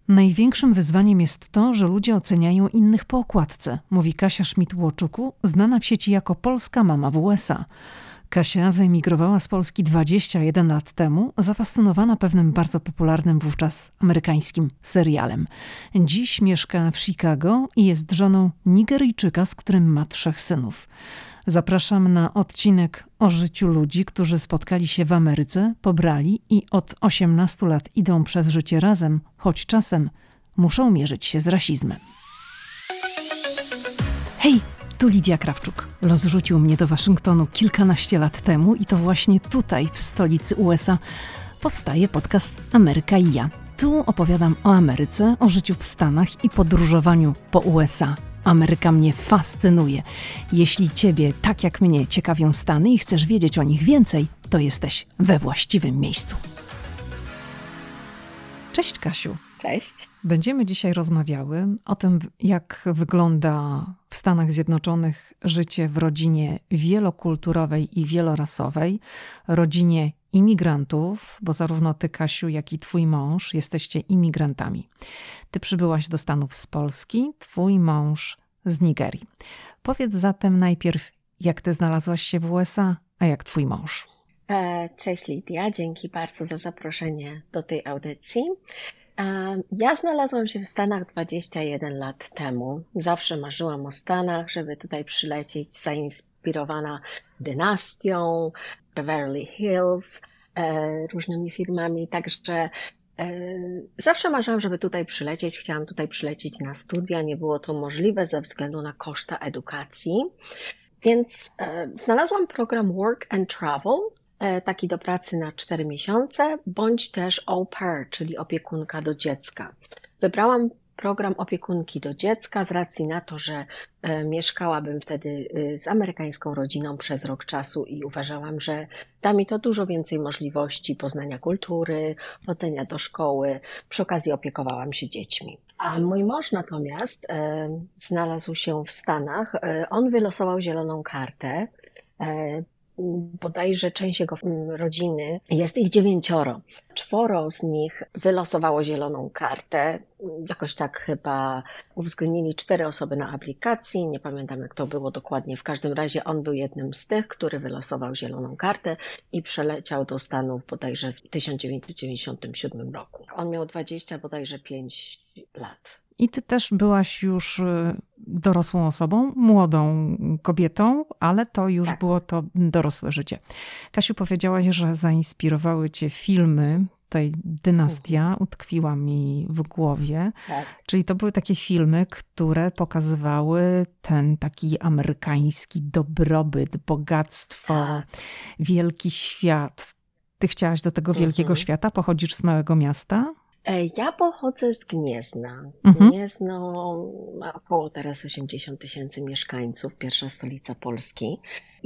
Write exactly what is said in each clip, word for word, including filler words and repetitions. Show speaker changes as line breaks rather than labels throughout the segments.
Największym wyzwaniem jest to, że ludzie oceniają innych po okładce, mówi Kasia Schmidt-Łoczuk, znana w sieci jako polska mama w U S A. Kasia wyemigrowała z Polski dwadzieścia jeden lat temu, zafascynowana pewnym bardzo popularnym wówczas amerykańskim serialem. Dziś mieszka w Chicago i jest żoną Nigeryjczyka, z którym ma trzech synów. Zapraszam na odcinek o życiu ludzi, którzy spotkali się w Ameryce, pobrali i od osiemnastu lat idą przez życie razem, choć czasem muszą mierzyć się z rasizmem. Hej, tu Lidia Krawczuk. Los rzucił mnie do Waszyngtonu kilkanaście lat temu i to właśnie tutaj, w stolicy U S A, powstaje podcast Ameryka i ja. Tu opowiadam o Ameryce, o życiu w Stanach i podróżowaniu po U S A. Ameryka mnie fascynuje. Jeśli Ciebie, tak jak mnie, ciekawią Stany i chcesz wiedzieć o nich więcej, to jesteś we właściwym miejscu. Cześć Kasiu.
Cześć.
Będziemy dzisiaj rozmawiały o tym, jak wygląda w Stanach Zjednoczonych życie w rodzinie wielokulturowej i wielorasowej, rodzinie imigrantów, bo zarówno ty, Kasiu, jak i twój mąż jesteście imigrantami. Ty przybyłaś do Stanów z Polski, twój mąż z Nigerii. Powiedz zatem najpierw, jak ty znalazłaś się w U S A, a jak twój mąż.
Cześć Lidia, dzięki bardzo za zaproszenie do tej audycji. Ja znalazłam się w Stanach dwadzieścia jeden lat temu. Zawsze marzyłam o Stanach, żeby tutaj przylecieć, zainspirowana dynastią, Beverly Hills, różnymi filmami, także zawsze marzyłam, żeby tutaj przylecieć. Chciałam tutaj przylecieć na studia, nie było to możliwe ze względu na koszta edukacji, więc znalazłam program Work and Travel, taki do pracy na cztery miesiące, bądź też au pair, czyli opiekunka do dziecka. Wybrałam program opiekunki do dziecka z racji na to, że e, mieszkałabym wtedy z amerykańską rodziną przez rok czasu i uważałam, że da mi to dużo więcej możliwości poznania kultury, chodzenia do szkoły. Przy okazji opiekowałam się dziećmi. A mój mąż natomiast e, znalazł się w Stanach. E, on wylosował zieloną kartę. E, bodajże część jego rodziny, jest ich dziewięcioro. Czworo z nich wylosowało zieloną kartę. Jakoś tak chyba uwzględnili cztery osoby na aplikacji. Nie pamiętam, jak to było dokładnie. W każdym razie on był jednym z tych, który wylosował zieloną kartę i przeleciał do Stanów bodajże w tysiąc dziewięćset dziewięćdziesiątym siódmym roku. On miał dwadzieścia bodajże pięć lat.
I ty też byłaś już dorosłą osobą, młodą kobietą, ale to już tak. Było to dorosłe życie. Kasiu, powiedziałaś, że zainspirowały cię filmy tej Dynastia, utkwiła mi w głowie. Tak. Czyli to były takie filmy, które pokazywały ten taki amerykański dobrobyt, bogactwo, tak. Wielki świat. Ty chciałaś do tego wielkiego mhm. świata? Pochodzisz z małego miasta?
Ja pochodzę z Gniezna.
Mhm.
Gniezno ma około teraz osiemdziesiąt tysięcy mieszkańców, pierwsza stolica Polski.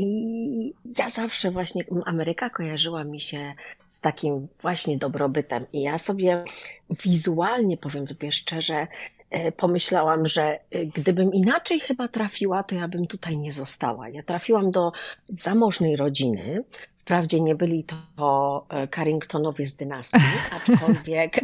I ja zawsze właśnie, Ameryka kojarzyła mi się z takim właśnie dobrobytem. I ja sobie wizualnie, powiem tobie szczerze, pomyślałam, że gdybym inaczej chyba trafiła, to ja bym tutaj nie została. Ja trafiłam do zamożnej rodziny. Wprawdzie nie byli to Carringtonowie z dynastii, aczkolwiek,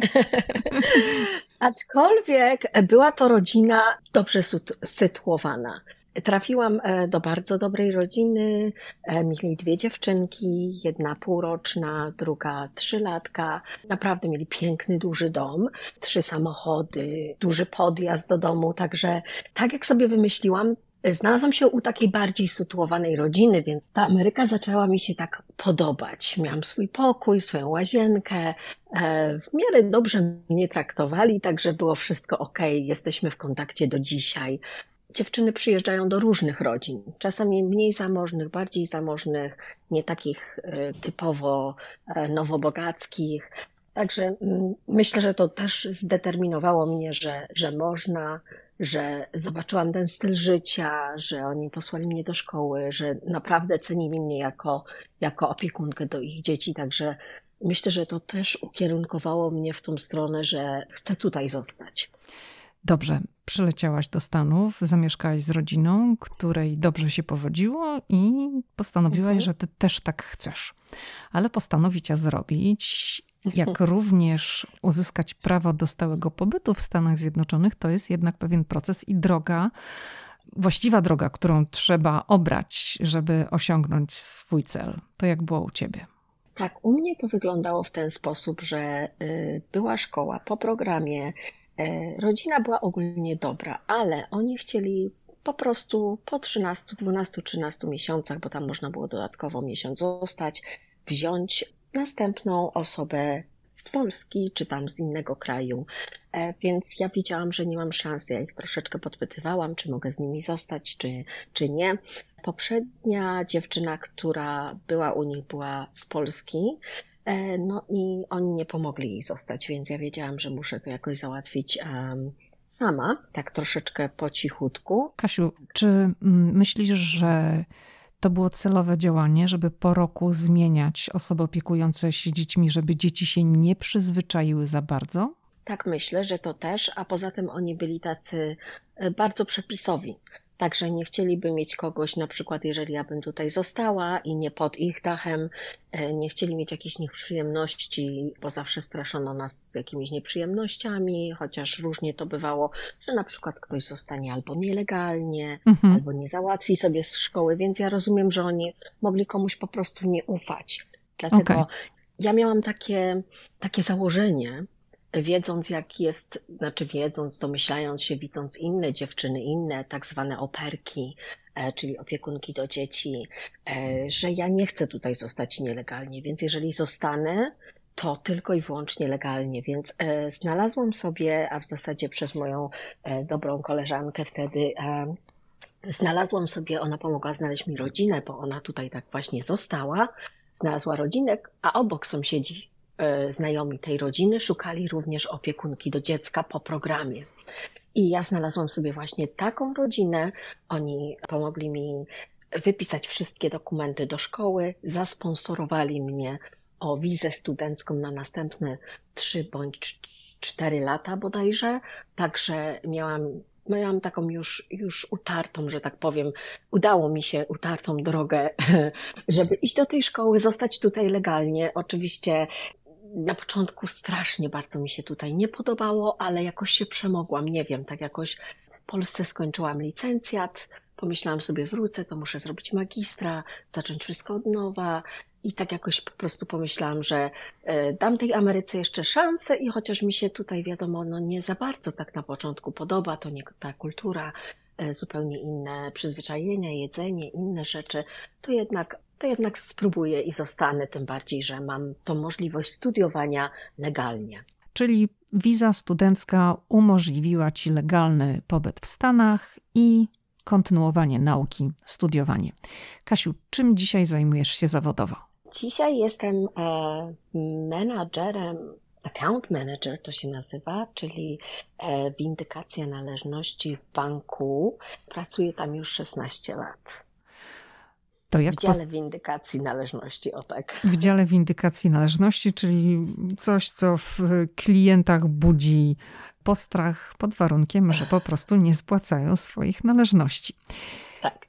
aczkolwiek była to rodzina dobrze sytuowana. Trafiłam do bardzo dobrej rodziny, mieli dwie dziewczynki, jedna półroczna, druga trzylatka. Naprawdę mieli piękny, duży dom, trzy samochody, duży podjazd do domu, także tak jak sobie wymyśliłam, znalazłam się u takiej bardziej sytuowanej rodziny, więc ta Ameryka zaczęła mi się tak podobać. Miałam swój pokój, swoją łazienkę, w miarę dobrze mnie traktowali, także było wszystko okej, jesteśmy w kontakcie do dzisiaj. Dziewczyny przyjeżdżają do różnych rodzin, czasami mniej zamożnych, bardziej zamożnych, nie takich typowo nowobogackich. Także myślę, że to też zdeterminowało mnie, że, że można, że zobaczyłam ten styl życia, że oni posłali mnie do szkoły, że naprawdę cenili mnie jako, jako opiekunkę do ich dzieci. Także myślę, że to też ukierunkowało mnie w tą stronę, że chcę tutaj zostać.
Dobrze, przyleciałaś do Stanów, zamieszkałaś z rodziną, której dobrze się powodziło i postanowiłaś, mhm. że ty też tak chcesz. Ale postanowić, a zrobić. jak również uzyskać prawo do stałego pobytu w Stanach Zjednoczonych, to jest jednak pewien proces i droga, właściwa droga, którą trzeba obrać, żeby osiągnąć swój cel. To jak było u ciebie?
Tak, u mnie to wyglądało w ten sposób, że była szkoła po programie, rodzina była ogólnie dobra, ale oni chcieli po prostu po trzynastu, dwunastu, trzynastu miesiącach, bo tam można było dodatkowo miesiąc zostać, wziąć następną osobę z Polski czy tam z innego kraju. Więc ja widziałam, że nie mam szansy. Ja ich troszeczkę podpytywałam, czy mogę z nimi zostać, czy, czy nie. Poprzednia dziewczyna, która była u nich, była z Polski. No i oni nie pomogli jej zostać, więc ja wiedziałam, że muszę to jakoś załatwić um, sama, tak troszeczkę po cichutku.
Kasiu, czy myślisz, że to było celowe działanie, żeby po roku zmieniać osoby opiekujące się dziećmi, żeby dzieci się nie przyzwyczaiły za bardzo?
Tak, myślę, że to też, a poza tym oni byli tacy bardzo przepisowi. Także nie chcieliby mieć kogoś, na przykład jeżeli ja bym tutaj została i nie pod ich dachem, nie chcieli mieć jakichś nieprzyjemności, bo zawsze straszono nas z jakimiś nieprzyjemnościami, chociaż różnie to bywało, że na przykład ktoś zostanie albo nielegalnie, mhm. albo nie załatwi sobie z szkoły, więc ja rozumiem, że oni mogli komuś po prostu nie ufać. Dlatego okay. ja miałam takie, takie założenie, wiedząc jak jest, znaczy wiedząc, domyślając się, widząc inne dziewczyny, inne tak zwane operki, czyli opiekunki do dzieci, że ja nie chcę tutaj zostać nielegalnie, więc jeżeli zostanę, to tylko i wyłącznie legalnie, więc znalazłam sobie, a w zasadzie przez moją dobrą koleżankę wtedy, znalazłam sobie, ona pomogła znaleźć mi rodzinę, bo ona tutaj tak właśnie została, znalazła rodzinę, a obok sąsiedzi znajomi tej rodziny szukali również opiekunki do dziecka po programie. I ja znalazłam sobie właśnie taką rodzinę. Oni pomogli mi wypisać wszystkie dokumenty do szkoły, zasponsorowali mnie o wizę studencką na następne trzy bądź cztery lata bodajże. Także miałam, miałam taką już, już utartą, że tak powiem, udało mi się utartą drogę, żeby iść do tej szkoły, zostać tutaj legalnie. Oczywiście na początku strasznie bardzo mi się tutaj nie podobało, ale jakoś się przemogłam, nie wiem, tak jakoś w Polsce skończyłam licencjat, pomyślałam sobie wrócę, to muszę zrobić magistra, zacząć wszystko od nowa i tak jakoś po prostu pomyślałam, że dam tej Ameryce jeszcze szansę i chociaż mi się tutaj wiadomo, no nie za bardzo tak na początku podoba, to nie ta kultura, zupełnie inne przyzwyczajenia, jedzenie, inne rzeczy, to jednak to jednak spróbuję i zostanę, tym bardziej, że mam tą możliwość studiowania legalnie.
Czyli wiza studencka umożliwiła ci legalny pobyt w Stanach i kontynuowanie nauki, studiowanie. Kasiu, czym dzisiaj zajmujesz się zawodowo?
Dzisiaj jestem e, menadżerem, account manager to się nazywa, czyli e, windykacja należności w banku. Pracuję tam już szesnaście lat. To jak w dziale pos... windykacji należności, o tak.
W dziale windykacji należności, czyli coś, co w klientach budzi postrach pod warunkiem, że po prostu nie spłacają swoich należności.
Tak.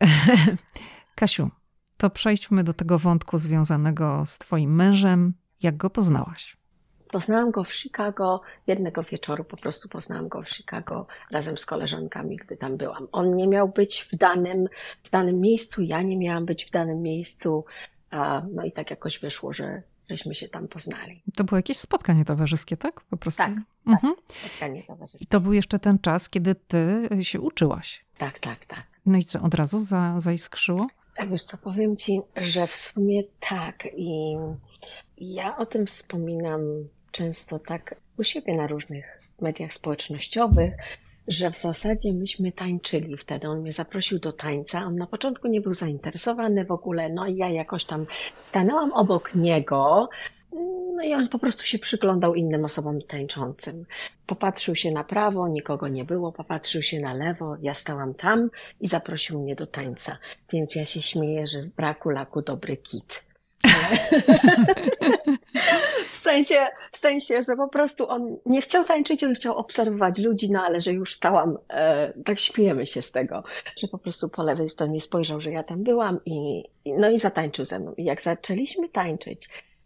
Kasiu, to przejdźmy do tego wątku związanego z twoim mężem. Jak go poznałaś?
Poznałam go w Chicago, jednego wieczoru po prostu poznałam go w Chicago razem z koleżankami, gdy tam byłam. On nie miał być w danym, w danym miejscu, ja nie miałam być w danym miejscu, a, no i tak jakoś wyszło, że żeśmy się tam poznali.
To było jakieś spotkanie towarzyskie, tak? Po prostu.
Tak, mhm. tak spotkanie towarzyskie.
I to był jeszcze ten czas, kiedy ty się uczyłaś.
Tak, tak, tak.
No i co, od razu za, zaiskrzyło?
Tak, wiesz co, powiem ci, że w sumie tak i ja o tym wspominam często tak u siebie na różnych mediach społecznościowych, że w zasadzie myśmy tańczyli wtedy. On mnie zaprosił do tańca. On na początku nie był zainteresowany w ogóle, no i ja jakoś tam stanęłam obok niego, no i on po prostu się przyglądał innym osobom tańczącym. Popatrzył się na prawo, nikogo nie było, popatrzył się na lewo, ja stałam tam i zaprosił mnie do tańca. Więc ja się śmieję, że z braku laku dobry kit. Ale... w sensie, w sensie, że po prostu on nie chciał tańczyć, on chciał obserwować ludzi, no ale że już stałam, e, tak śmiejemy się z tego, że po prostu po lewej stronie spojrzał, że ja tam byłam i, i no i zatańczył ze mną. I jak zaczęliśmy tańczyć,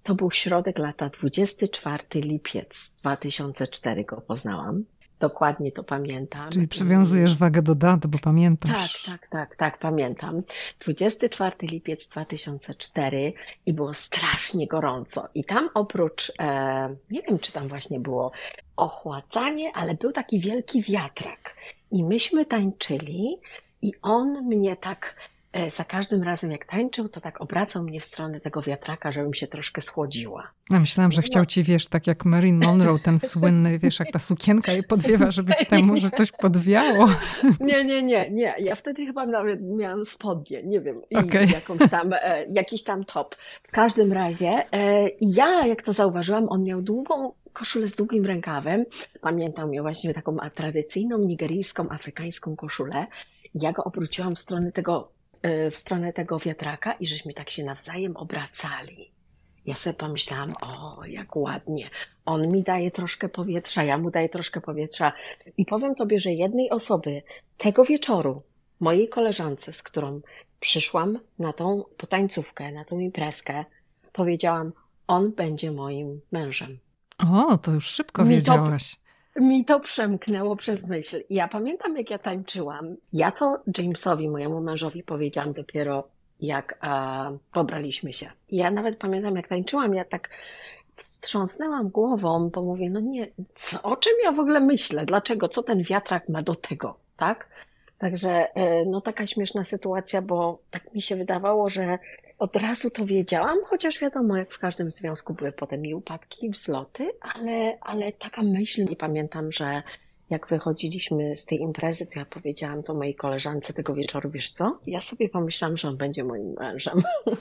To był środek lata, dwudziesty czwarty lipiec dwa tysiące czwartego go poznałam. Dokładnie to pamiętam.
Czyli przywiązujesz wagę do dat, bo pamiętasz.
Tak, tak, tak, tak, pamiętam. dwudziesty czwarty lipiec dwa tysiące czwarty i było strasznie gorąco. I tam oprócz, e, nie wiem czy tam właśnie było ochładzanie, ale był taki wielki wiatrak. I myśmy tańczyli i on mnie tak e, za każdym razem jak tańczył, to tak obracał mnie w stronę tego wiatraka, żebym się troszkę schłodziła.
Ja myślałam, że
No.
chciał ci, wiesz, tak jak Marilyn Monroe, ten słynny, wiesz, jak ta sukienka je podwiewa, żeby ci tam może coś podwiało.
Nie, nie, nie, nie. Ja wtedy chyba nawet miałam spodnie, nie wiem, i
Okej.
jakąś tam, e, jakiś tam top. W każdym razie e, ja, jak to zauważyłam, on miał długą koszulę z długim rękawem. Pamiętam, miał właśnie taką a, tradycyjną nigeryjską, afrykańską koszulę. Ja go obróciłam w stronę tego, e, w stronę tego wiatraka i żeśmy tak się nawzajem obracali. Ja sobie pomyślałam, o, jak ładnie. On mi daje troszkę powietrza, ja mu daję troszkę powietrza. I powiem tobie, że jednej osoby tego wieczoru, mojej koleżance, z którą przyszłam na tą potańcówkę, na tą imprezkę, powiedziałam, on będzie moim mężem.
O, to już szybko
Mi to-
wiedziałaś.
Mi to przemknęło przez myśl. I ja pamiętam, jak ja tańczyłam. Ja to Jamesowi, mojemu mężowi, powiedziałam dopiero, jak a, pobraliśmy się. I ja nawet pamiętam, jak tańczyłam, ja tak wstrząsnęłam głową, bo mówię, no nie, co, o czym ja w ogóle myślę? Dlaczego? Co ten wiatrak ma do tego? Tak? Także e, no taka śmieszna sytuacja, bo tak mi się wydawało, że od razu to wiedziałam, chociaż wiadomo, jak w każdym związku były potem i upadki, i wzloty, ale, ale taka myśl, nie pamiętam, że jak wychodziliśmy z tej imprezy, to ja powiedziałam to mojej koleżance tego wieczoru, wiesz co? Ja sobie pomyślałam, że on będzie moim mężem.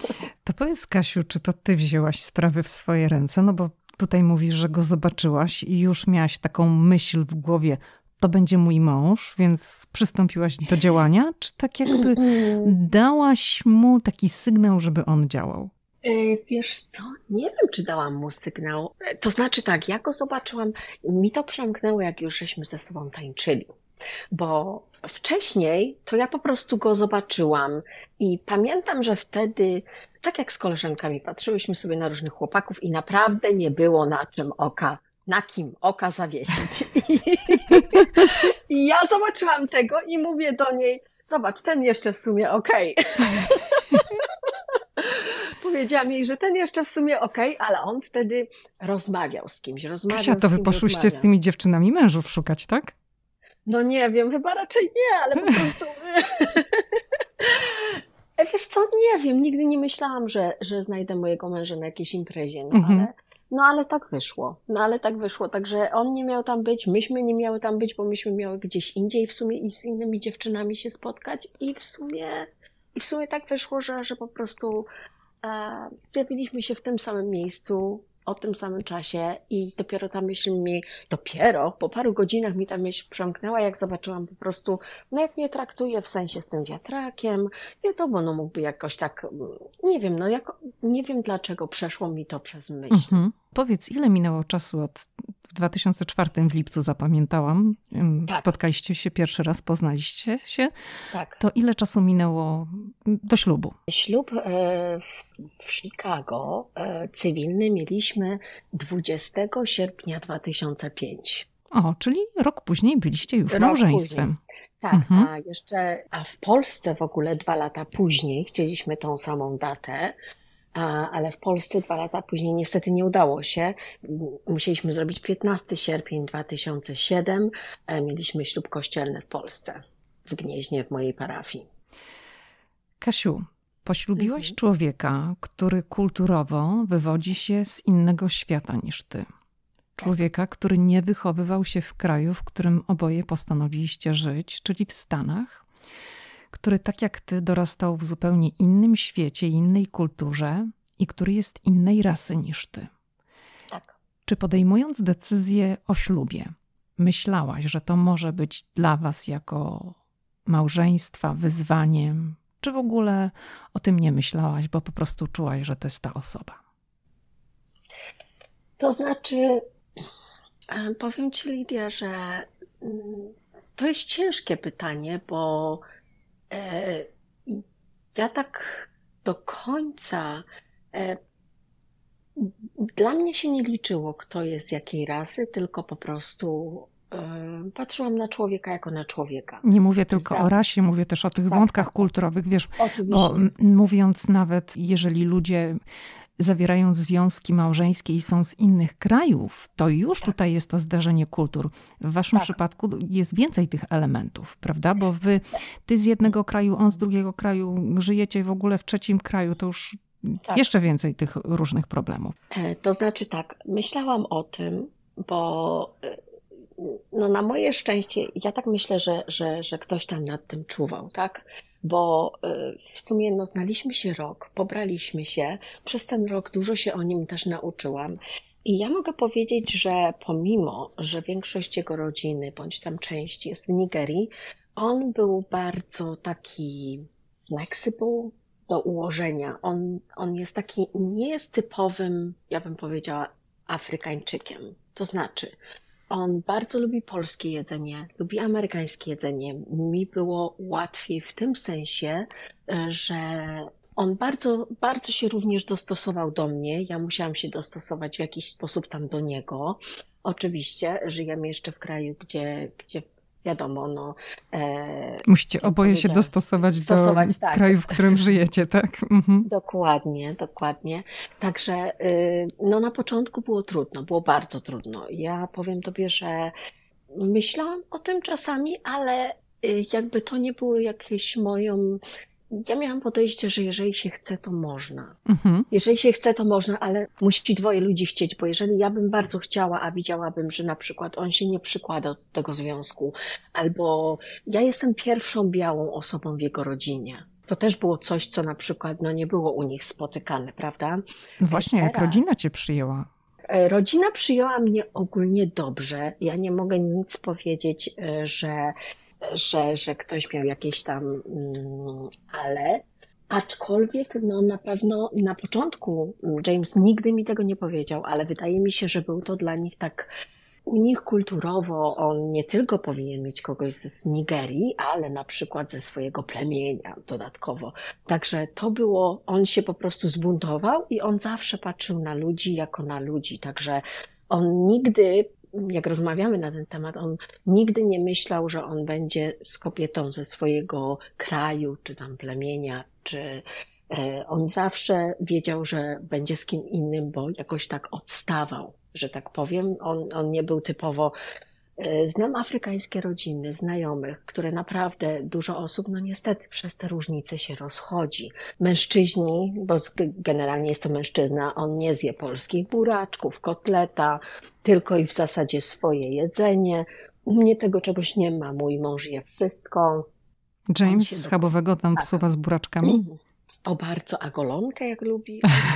To powiedz, Kasiu, czy to ty wzięłaś sprawy w swoje ręce? No bo tutaj mówisz, że go zobaczyłaś i już miałaś taką myśl w głowie, to będzie mój mąż, więc przystąpiłaś do działania? Czy tak jakby dałaś mu taki sygnał, żeby on działał?
E, Wiesz co, nie wiem, czy dałam mu sygnał. E, To znaczy tak, ja go zobaczyłam, mi to przemknęło, jak już żeśmy ze sobą tańczyli. Bo wcześniej to ja po prostu go zobaczyłam i pamiętam, że wtedy, tak jak z koleżankami, patrzyłyśmy sobie na różnych chłopaków i naprawdę nie było na czym oka, na kim oka zawiesić. I, i ja zobaczyłam tego i mówię do niej, zobacz, ten jeszcze w sumie okej. Powiedziałam jej, że ten jeszcze w sumie okej, ale on wtedy rozmawiał z kimś, rozmawiał
Kasia,
z
to wy
kim
poszłyście z
rozmawiał.
tymi dziewczynami mężów szukać, tak?
No nie wiem, chyba raczej nie, ale po prostu... Wiesz co, nie wiem, nigdy nie myślałam, że, że znajdę mojego męża na jakiejś imprezie, no
Mhm.
ale, no ale tak wyszło, no ale tak wyszło, także on nie miał tam być, myśmy nie miały tam być, bo myśmy miały gdzieś indziej w sumie i z innymi dziewczynami się spotkać i w sumie, i w sumie tak wyszło, że, że po prostu e, zjawiliśmy się w tym samym miejscu, o tym samym czasie i dopiero ta myśl mi, dopiero po paru godzinach mi ta myśl przemknęła, jak zobaczyłam po prostu, no jak mnie traktuje w sensie z tym wiatrakiem, wiadomo, no mógłby jakoś tak, nie wiem, no jako, nie wiem dlaczego przeszło mi to przez myśl.
Mhm. Powiedz, ile minęło czasu od w dwa tysiące czwartym w lipcu, zapamiętałam, ym,
Tak.
spotkaliście się pierwszy raz, poznaliście się,
Tak.
to ile czasu minęło do ślubu?
Ślub e, w, w Chicago e, cywilny mieliśmy dwudziestego sierpnia dwa tysiące piątego.
O, czyli rok później byliście już
Rok
małżeństwem.
Tak,
Mhm.
a jeszcze, a w Polsce w ogóle dwa lata później chcieliśmy tą samą datę, a, ale w Polsce dwa lata później niestety nie udało się. Musieliśmy zrobić piętnastego sierpnia dwa tysiące siódmego. E, Mieliśmy ślub kościelny w Polsce, w Gnieźnie, w mojej parafii.
Kasiu, poślubiłaś
Mhm.
człowieka, który kulturowo wywodzi się z innego świata niż ty. Człowieka, który nie wychowywał się w kraju, w którym oboje postanowiliście żyć, czyli w Stanach, który tak jak ty dorastał w zupełnie innym świecie, innej kulturze i który jest innej rasy niż ty.
Tak.
Czy podejmując decyzję o ślubie, myślałaś, że to może być dla was jako małżeństwa wyzwaniem, czy w ogóle o tym nie myślałaś, bo po prostu czułaś, że to jest ta osoba?
To znaczy, e, powiem ci, Lidia, że mm, to jest ciężkie pytanie, bo e, ja tak do końca e, Dla mnie się nie liczyło, kto jest z jakiej rasy, tylko po prostu y, patrzyłam na człowieka jako na człowieka.
Nie mówię tylko
Zda-
o rasie, mówię też o tych
tak,
wątkach
tak, tak.
kulturowych, wiesz, bo
Oczywiście.
m- mówiąc nawet, jeżeli ludzie zawierają związki małżeńskie i są z innych krajów, to już
Tak.
tutaj jest to zdarzenie kultur. W waszym
Tak.
przypadku jest więcej tych elementów, prawda? Bo wy, ty z jednego kraju, on z drugiego kraju, żyjecie w ogóle w trzecim kraju, to już
Tak.
jeszcze więcej tych różnych problemów.
E, To znaczy tak, myślałam o tym, bo e, no na moje szczęście, ja tak myślę, że, że, że ktoś tam nad tym czuwał, tak? Bo e, w sumie no, znaliśmy się rok, pobraliśmy się, przez ten rok dużo się o nim też nauczyłam. I ja mogę powiedzieć, że pomimo, że większość jego rodziny, bądź tam część jest w Nigerii, on był bardzo taki flexible do ułożenia. On, on jest taki, nie jest typowym, ja bym powiedziała, Afrykańczykiem. To znaczy, on bardzo lubi polskie jedzenie, lubi amerykańskie jedzenie. Mi było łatwiej w tym sensie, e, że on bardzo, bardzo się również dostosował do mnie. Ja musiałam się dostosować w jakiś sposób tam do niego. Oczywiście żyjemy jeszcze w kraju, gdzie, gdzie wiadomo, no... E,
Musicie
jak
oboje się
powiedziałam,
dostosować do
stosować, tak.
kraju, w którym żyjecie, tak? Mhm.
Dokładnie, dokładnie. Także y, no na początku było trudno, było bardzo trudno. Ja powiem tobie, że myślałam o tym czasami, ale y, jakby to nie było jakieś moją... Ja miałam podejście, że jeżeli się chce, to można.
Mhm.
Jeżeli się chce, to można, ale musi dwoje ludzi chcieć, bo jeżeli ja bym bardzo chciała, a widziałabym, że na przykład on się nie przykłada do tego związku, albo ja jestem pierwszą białą osobą w jego rodzinie. To też było coś, co na przykład no, nie było u nich spotykane, prawda?
Właśnie, jak
Teraz-
rodzina cię przyjęła?
E, Rodzina przyjęła mnie ogólnie dobrze. Ja nie mogę nic powiedzieć, e, że, że, że ktoś miał jakieś tam mm, ale. Aczkolwiek no, na pewno na początku James nigdy mi tego nie powiedział, ale wydaje mi się, że był to dla nich tak u nich kulturowo on nie tylko powinien mieć kogoś z, z Nigerii, ale na przykład ze swojego plemienia dodatkowo. Także to było, on się po prostu zbuntował i on zawsze patrzył na ludzi jako na ludzi. Także on nigdy, jak rozmawiamy na ten temat, on nigdy nie myślał, że on będzie z kobietą ze swojego kraju, czy tam plemienia, czy e, on zawsze wiedział, że będzie z kim innym, bo jakoś tak odstawał, że tak powiem. On, on nie był typowo. e, Znam afrykańskie rodziny, znajomych, które naprawdę dużo osób, no niestety przez te różnice się rozchodzi. Mężczyźni, bo z- generalnie jest to mężczyzna, on nie zje polskich buraczków, kotleta, tylko i w zasadzie swoje jedzenie. U mnie tego czegoś nie ma. Mój mąż je wszystko.
James
się
z
do-
Chaboowego tam
Tak.
wsuwa z buraczkami?
O bardzo, a golonkę jak lubi?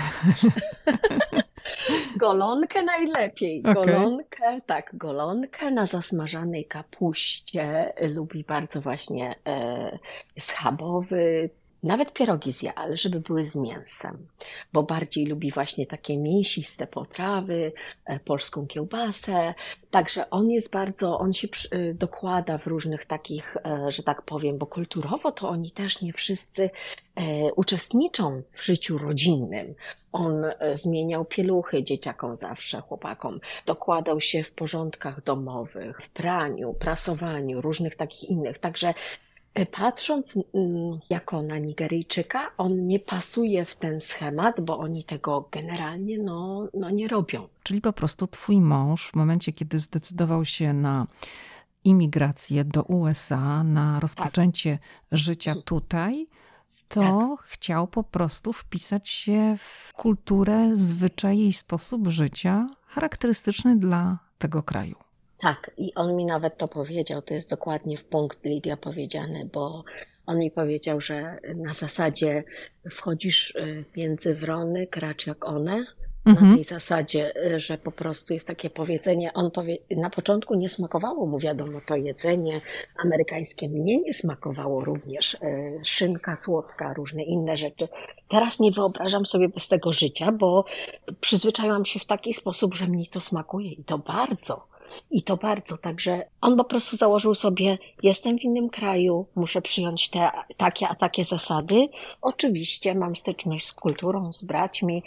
Golonkę najlepiej.
Okej.
Golonkę, tak, golonkę na zasmażanej kapuście. Lubi bardzo właśnie e, schabowy. Nawet pierogi zje, ale żeby były z mięsem, bo bardziej lubi właśnie takie mięsiste potrawy, e, polską kiełbasę. Także on jest bardzo, on się przy- y, dokłada w różnych takich, e, że tak powiem, bo kulturowo to oni też nie wszyscy e, uczestniczą w życiu rodzinnym. On e, zmieniał pieluchy dzieciakom zawsze, chłopakom. Dokładał się w porządkach domowych, w praniu, prasowaniu, różnych takich innych. Także e, patrząc mm, jako na Nigeryjczyka, on nie pasuje w ten schemat, bo oni tego generalnie no, no nie robią.
Czyli po prostu twój mąż w momencie, kiedy zdecydował się na imigrację do U S A, na rozpoczęcie życia tutaj, to chciał po prostu wpisać się w kulturę, zwyczaje i sposób życia charakterystyczny dla tego kraju.
Tak, i on mi nawet to powiedział, to jest dokładnie w punkt Lidia powiedziane, bo on mi powiedział, że na zasadzie wchodzisz y, między wrony, kracz jak one. Na
Mhm.
tej zasadzie, y, że po prostu jest takie powiedzenie, on powie, na początku nie smakowało mu, wiadomo, to jedzenie amerykańskie, mnie nie smakowało również, y, szynka słodka, różne inne rzeczy. Teraz nie wyobrażam sobie bez tego życia, bo przyzwyczaiłam się w taki sposób, że mi to smakuje i to bardzo. I to bardzo, także on po prostu założył sobie, jestem w innym kraju, muszę przyjąć te takie a takie zasady. Oczywiście mam styczność z kulturą, z braćmi,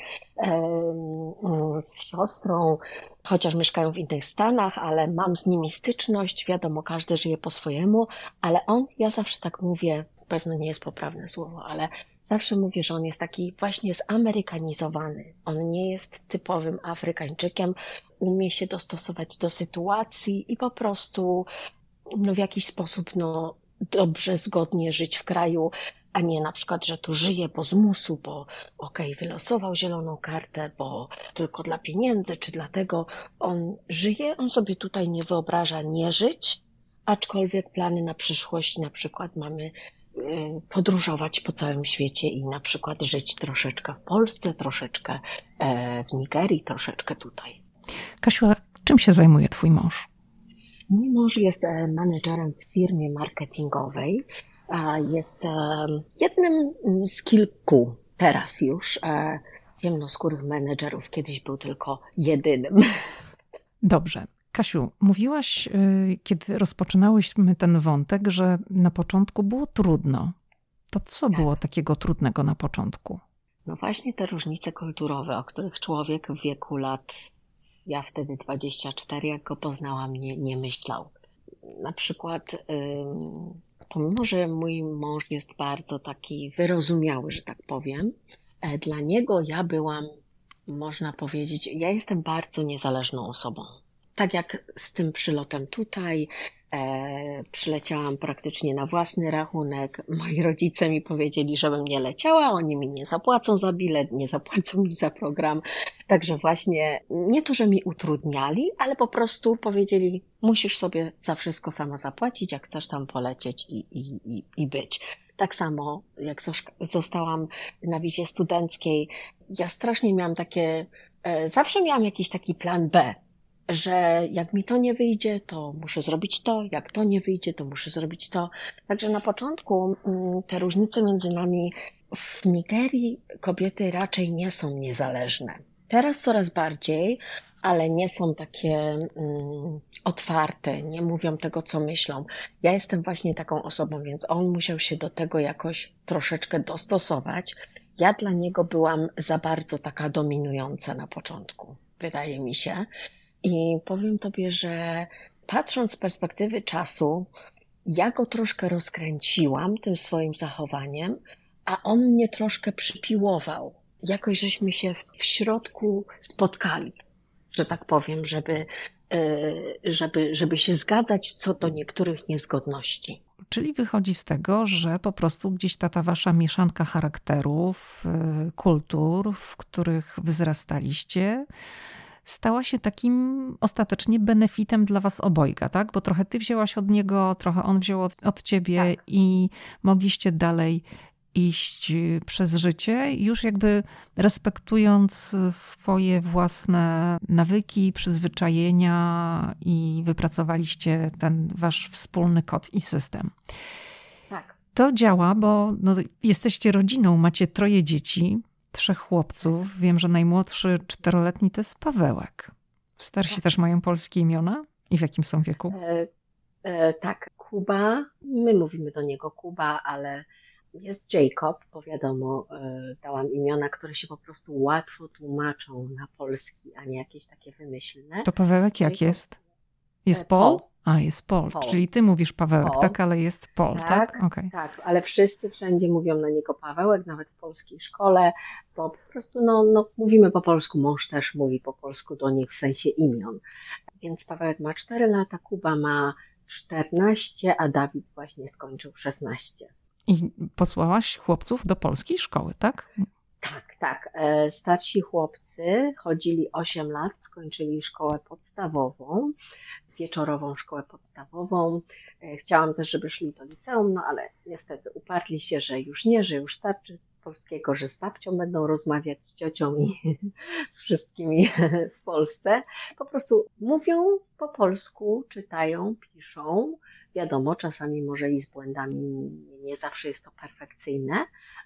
z siostrą, chociaż mieszkają w innych stanach, ale mam z nimi styczność, wiadomo, każdy żyje po swojemu, ale on, ja zawsze tak mówię, pewno nie jest poprawne słowo, ale zawsze mówię, że on jest taki właśnie zamerykanizowany. On nie jest typowym Afrykańczykiem, umie się dostosować do sytuacji i po prostu no, w jakiś sposób no, dobrze, zgodnie żyć w kraju, a nie na przykład, że tu żyje bo z musu, bo okej, okay, wylosował zieloną kartę, bo tylko dla pieniędzy, czy dlatego on żyje, on sobie tutaj nie wyobraża nie żyć, aczkolwiek plany na przyszłość na przykład mamy podróżować po całym świecie i na przykład żyć troszeczkę w Polsce, troszeczkę w Nigerii, troszeczkę tutaj.
Kasiu, a czym się zajmuje twój mąż?
Mój mąż jest menedżerem w firmie marketingowej. Jest jednym z kilku teraz już ciemnoskórych menedżerów. Kiedyś był tylko jedynym.
Dobrze. Kasiu, mówiłaś, kiedy rozpoczynałyśmy ten wątek, że na początku było trudno. To co było takiego trudnego na początku?
No właśnie te różnice kulturowe, o których człowiek w wieku lat, ja wtedy dwadzieścia cztery, jak go poznałam, nie, nie myślał. Na przykład, pomimo że mój mąż jest bardzo taki wyrozumiały, że tak powiem, dla niego ja byłam, można powiedzieć, ja jestem bardzo niezależną osobą. Tak jak z tym przylotem tutaj, e, przyleciałam praktycznie na własny rachunek. Moi rodzice mi powiedzieli, żebym nie leciała, oni mi nie zapłacą za bilet, nie zapłacą mi za program. Także właśnie nie to, że mi utrudniali, ale po prostu powiedzieli, musisz sobie za wszystko sama zapłacić, jak chcesz tam polecieć i, i, i, i być. Tak samo jak zostałam na wizie studenckiej, ja strasznie miałam takie, e, zawsze miałam jakiś taki plan B, że jak mi to nie wyjdzie, to muszę zrobić to, jak to nie wyjdzie, to muszę zrobić to. Także na początku te różnice między nami w Nigerii kobiety raczej nie są niezależne. Teraz coraz bardziej, ale nie są takie mm, otwarte, nie mówią tego, co myślą. Ja jestem właśnie taką osobą, więc on musiał się do tego jakoś troszeczkę dostosować. Ja dla niego byłam za bardzo taka dominująca na początku, wydaje mi się. I powiem tobie, że patrząc z perspektywy czasu, ja go troszkę rozkręciłam tym swoim zachowaniem, a on mnie troszkę przypiłował. Jakoś żeśmy się w środku spotkali, że tak powiem, żeby, żeby, żeby się zgadzać co do niektórych niezgodności.
Czyli wychodzi z tego, że po prostu gdzieś ta, ta wasza mieszanka charakterów, kultur, w których wzrastaliście, stała się takim ostatecznie benefitem dla was obojga, tak? Bo trochę ty wzięłaś od niego, trochę on wziął od, od ciebie tak. I mogliście dalej iść przez życie, już jakby respektując swoje własne nawyki, przyzwyczajenia i wypracowaliście ten wasz wspólny kod i system.
Tak.
To działa, bo no, jesteście rodziną, macie troje dzieci, trzech chłopców. Wiem, że najmłodszy czteroletni to jest Pawełek. Starsi tak. Też mają polskie imiona? I w jakim są wieku?
E, e, tak, Kuba, my mówimy do niego Kuba, ale jest Jacob, bo wiadomo, e, dałam imiona, które się po prostu łatwo tłumaczą na polski, a nie jakieś takie wymyślne.
To Pawełek jak Jacob, jest? Jest Paul? Paul? A, jest Paul. Paul. Czyli ty mówisz Pawełek, Paul. Tak, ale jest Paul, tak?
Tak, okay. Tak, ale wszyscy wszędzie mówią na niego Pawełek, nawet w polskiej szkole, bo po prostu no, no, mówimy po polsku, mąż też mówi po polsku do nich w sensie imion. Więc Pawełek ma cztery lata, Kuba ma czternaście, a Dawid właśnie skończył szesnaście.
I posłałaś chłopców do polskiej szkoły, tak?
Tak, tak. Starsi chłopcy chodzili osiem lat, skończyli szkołę podstawową, wieczorową szkołę podstawową. Chciałam też, żeby szli do liceum, no ale niestety uparli się, że już nie, że już starczy polskiego, że z babcią będą rozmawiać, z ciocią i z wszystkimi w Polsce. Po prostu mówią po polsku, czytają, piszą. Wiadomo, czasami może i z błędami, nie zawsze jest to perfekcyjne.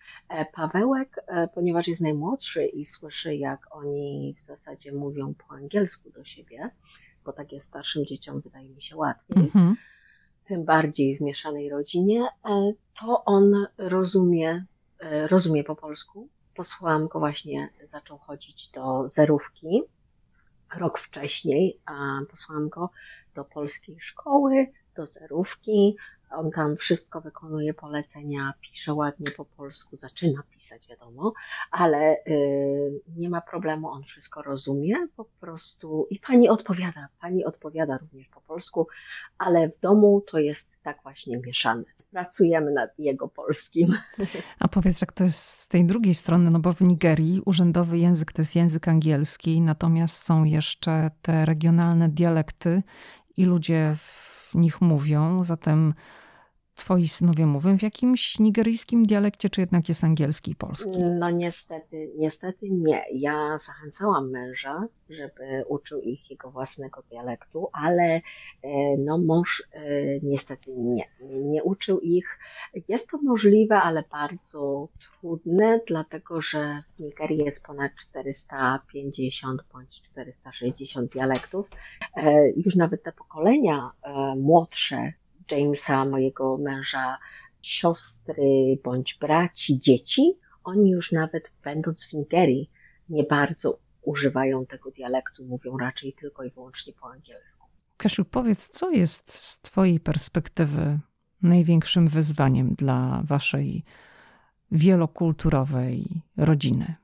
Pawełek, ponieważ jest najmłodszy i słyszy, jak oni w zasadzie mówią po angielsku do siebie, bo tak jest starszym dzieciom, wydaje mi się, łatwiej,
Mhm.
tym bardziej w mieszanej rodzinie, to on rozumie, rozumie po polsku. Posłałam go właśnie, zaczął chodzić do zerówki rok wcześniej, a posłałam go do polskiej szkoły, do zerówki. On tam wszystko wykonuje, polecenia, pisze ładnie po polsku, zaczyna pisać, wiadomo, ale y, nie ma problemu, on wszystko rozumie po prostu i pani odpowiada, pani odpowiada również po polsku, ale w domu to jest tak właśnie mieszane. Pracujemy nad jego polskim.
A powiedz, jak to jest z tej drugiej strony, no bo w Nigerii urzędowy język to jest język angielski, natomiast są jeszcze te regionalne dialekty i ludzie w nich mówią, zatem twoi synowie mówią w jakimś nigeryjskim dialekcie, czy jednak jest angielski i polski?
No niestety, niestety nie. Ja zachęcałam męża, żeby uczył ich jego własnego dialektu, ale no mąż niestety nie, nie, nie uczył ich. Jest to możliwe, ale bardzo trudne, dlatego że w Nigerii jest ponad czterysta pięćdziesiąt bądź czterysta sześćdziesiąt dialektów. Już nawet te pokolenia młodsze Jamesa, mojego męża, siostry bądź braci, dzieci, oni już nawet będąc w Nigerii nie bardzo używają tego dialektu, mówią raczej tylko i wyłącznie po angielsku.
Kasiu, powiedz, co jest z twojej perspektywy największym wyzwaniem dla waszej wielokulturowej rodziny?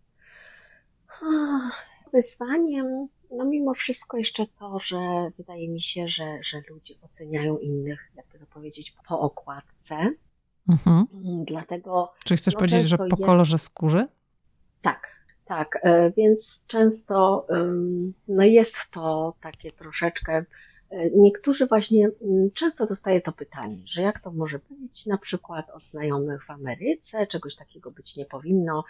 Wyzwaniem, no mimo wszystko jeszcze to, że wydaje mi się, że, że ludzie oceniają innych, jakby to powiedzieć, po okładce.
Mhm.
Dlatego.
Czy chcesz
no,
powiedzieć, że po
jest...
kolorze skóry?
Tak, tak. Więc często no jest to takie troszeczkę. Niektórzy właśnie, często dostaję to pytanie, że jak to może być, na przykład od znajomych w Ameryce, czegoś takiego być nie powinno.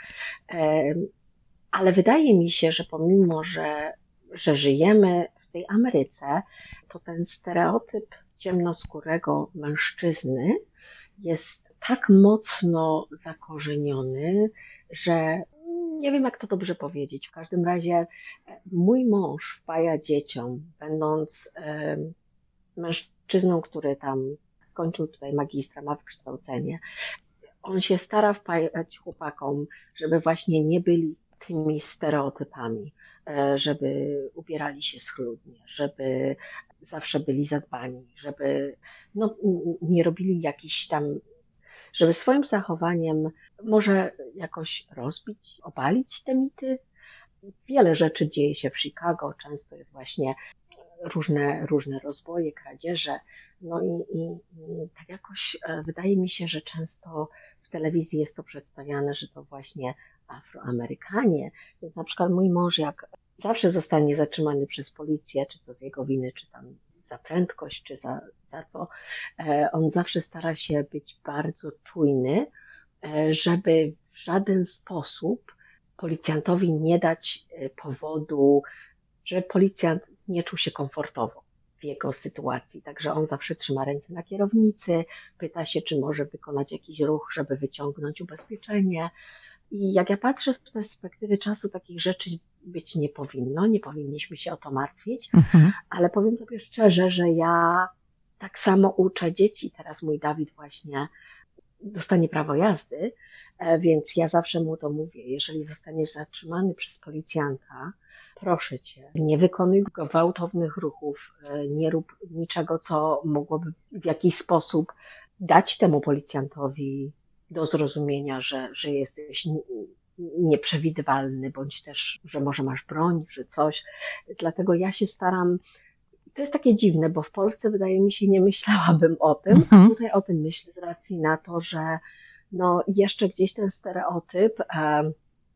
Ale wydaje mi się, że pomimo, że, że żyjemy w tej Ameryce, to ten stereotyp ciemnoskórego mężczyzny jest tak mocno zakorzeniony, że nie wiem, jak to dobrze powiedzieć. W każdym razie mój mąż wpaja dzieciom, będąc mężczyzną, który tam skończył tutaj magistra, ma wykształcenie, on się stara wpajać chłopakom, żeby właśnie nie byli tymi stereotypami, żeby ubierali się schludnie, żeby zawsze byli zadbani, żeby no, nie robili jakichś tam, żeby swoim zachowaniem może jakoś rozbić, obalić te mity. Wiele rzeczy dzieje się w Chicago, często jest właśnie różne, różne rozboje, kradzieże. No i, i, i tak jakoś wydaje mi się, że często w telewizji jest to przedstawiane, że to właśnie Afroamerykanie. Więc na przykład mój mąż, jak zawsze zostanie zatrzymany przez policję, czy to z jego winy, czy tam za prędkość, czy za, za co, on zawsze stara się być bardzo czujny, żeby w żaden sposób policjantowi nie dać powodu, że policjant nie czuł się komfortowo w jego sytuacji. Także on zawsze trzyma ręce na kierownicy, pyta się, czy może wykonać jakiś ruch, żeby wyciągnąć ubezpieczenie. I jak ja patrzę z perspektywy czasu, takich rzeczy być nie powinno, nie powinniśmy się o to martwić, mhm. ale powiem Tobie szczerze, że ja tak samo uczę dzieci. Teraz mój Dawid właśnie dostanie prawo jazdy, więc ja zawsze mu to mówię. Jeżeli zostaniesz zatrzymany przez policjanta, proszę Cię, nie wykonuj gwałtownych ruchów, nie rób niczego, co mogłoby w jakiś sposób dać temu policjantowi do zrozumienia, że, że jesteś nieprzewidywalny, bądź też, że może masz broń, że coś. Dlatego ja się staram. To jest takie dziwne, bo w Polsce wydaje mi się nie myślałabym o tym, mhm. a tutaj o tym myślę z racji na to, że no jeszcze gdzieś ten stereotyp e,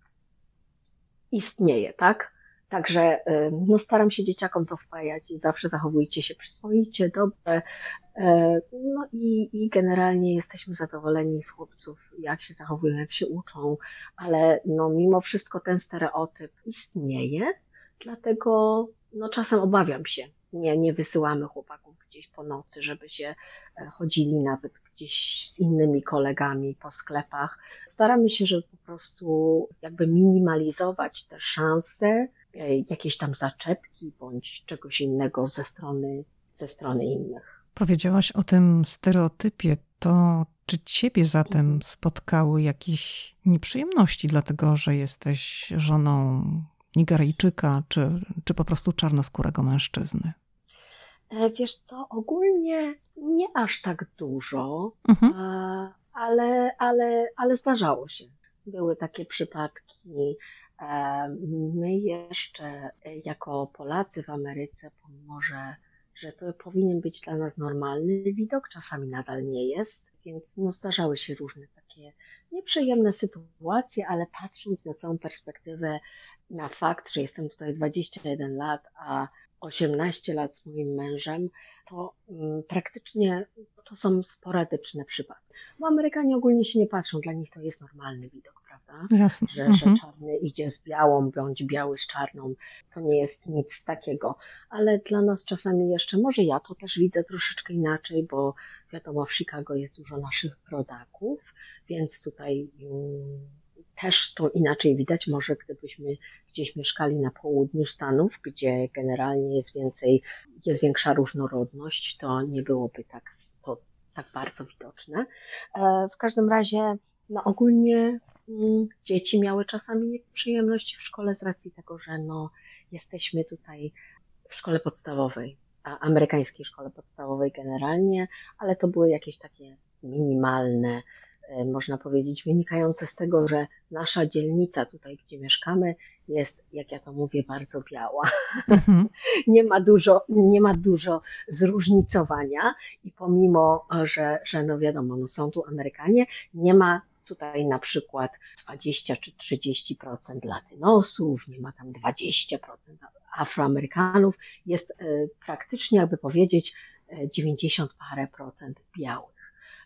istnieje, tak? Także e, no staram się dzieciakom to wpajać i zawsze zachowujcie się przyzwoicie, dobrze. E, no i, i generalnie jesteśmy zadowoleni z chłopców, jak się zachowują, jak się uczą, ale no mimo wszystko ten stereotyp istnieje, dlatego no czasem obawiam się. Nie, nie wysyłamy chłopaków gdzieś po po nocy, żeby się chodzili nawet gdzieś z innymi kolegami po sklepach. Staramy się, żeby po prostu jakby minimalizować te szanse, jakieś tam zaczepki bądź czegoś innego ze strony, ze strony innych.
Powiedziałaś o tym stereotypie. To czy ciebie zatem spotkały jakieś nieprzyjemności, dlatego że jesteś żoną Nigeryjczyka, czy, czy po prostu czarnoskórego mężczyzny?
Wiesz co, ogólnie nie aż tak dużo,
Mhm.
ale, ale, ale zdarzało się. Były takie przypadki. My jeszcze jako Polacy w Ameryce, pomimo że, że to powinien być dla nas normalny widok, czasami nadal nie jest, więc no zdarzały się różne takie nieprzyjemne sytuacje, ale patrząc na całą perspektywę, na fakt, że jestem tutaj dwadzieścia jeden lat, a osiemnaście lat z moim mężem, to um, praktycznie to są sporadyczne przypadki. Bo Amerykanie ogólnie się nie patrzą, dla nich to jest normalny widok, prawda?
Jasne.
Że,
Mhm.
że czarny idzie z białą, bądź biały z czarną, to nie jest nic takiego. Ale dla nas czasami jeszcze, może ja to też widzę troszeczkę inaczej, bo wiadomo, w Chicago jest dużo naszych rodaków, więc tutaj um, też to inaczej widać. Może gdybyśmy gdzieś mieszkali na południu Stanów, gdzie generalnie jest więcej, jest większa różnorodność, to nie byłoby tak, to tak bardzo widoczne. W każdym razie, no ogólnie mm, dzieci miały czasami nieprzyjemności w szkole z racji tego, że no, jesteśmy tutaj w szkole podstawowej, a amerykańskiej szkole podstawowej generalnie, ale to były jakieś takie minimalne, można powiedzieć, wynikające z tego, że nasza dzielnica tutaj, gdzie mieszkamy, jest, jak ja to mówię, bardzo biała.
Mhm.
Nie ma dużo, nie ma dużo zróżnicowania i pomimo, że, że no wiadomo, no są tu Amerykanie, nie ma tutaj na przykład dwadzieścia czy trzydzieści procent latynosów, nie ma tam dwadzieścia procent Afroamerykanów, jest praktycznie, jakby powiedzieć, dziewięćdziesiąt parę procent białych.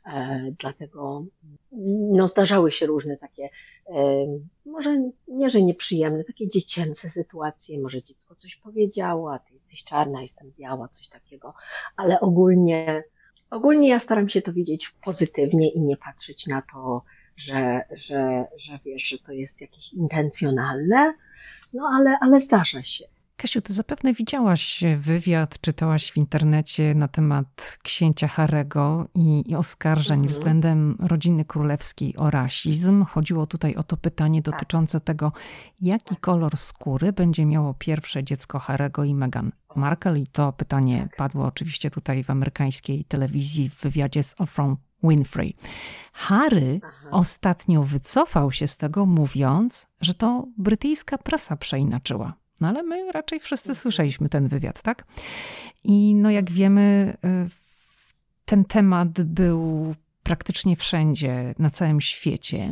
Dlatego no, zdarzały się różne takie, może nie, że nieprzyjemne, takie dziecięce sytuacje, może dziecko coś powiedziało, a ty jesteś czarna, jestem biała, coś takiego, ale ogólnie, ogólnie ja staram się to widzieć pozytywnie i nie patrzeć na to, że, że, że wiesz, że to jest jakieś intencjonalne, no ale, ale zdarza się.
Kasiu, ty zapewne widziałaś wywiad, czytałaś w internecie na temat księcia Harry'ego i, i oskarżeń
Mhm.
względem rodziny królewskiej o rasizm. Chodziło tutaj o to pytanie dotyczące tego, jaki kolor skóry będzie miało pierwsze dziecko Harry'ego i Meghan Markle. I to pytanie padło oczywiście tutaj w amerykańskiej telewizji w wywiadzie z Oprah Winfrey. Harry
Aha.
ostatnio wycofał się z tego, mówiąc, że to brytyjska prasa przeinaczyła. No ale my raczej wszyscy słyszeliśmy ten wywiad, tak? I no jak wiemy, ten temat był praktycznie wszędzie, na całym świecie.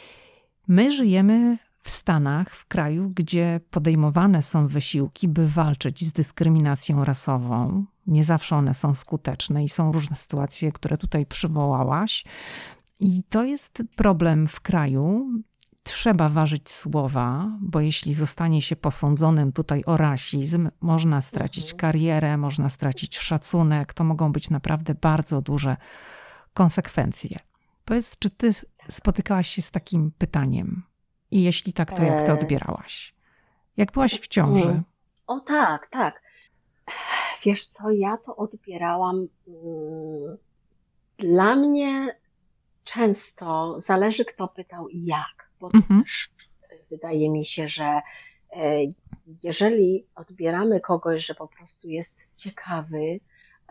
My żyjemy w Stanach, w kraju, gdzie podejmowane są wysiłki, by walczyć z dyskryminacją rasową. Nie zawsze one są skuteczne i są różne sytuacje, które tutaj przywołałaś. I to jest problem w kraju. Trzeba ważyć słowa, bo jeśli zostanie się posądzonym tutaj o rasizm, można stracić
Mhm.
karierę, można stracić szacunek. To mogą być naprawdę bardzo duże konsekwencje. Powiedz, czy ty spotykałaś się z takim pytaniem? I jeśli tak, to jak to odbierałaś? Jak byłaś w ciąży?
O tak, tak. Wiesz co, ja to odbierałam... Dla mnie często zależy, kto pytał i jak, bo to
Mhm.
też wydaje mi się, że jeżeli odbieramy kogoś, że po prostu jest ciekawy,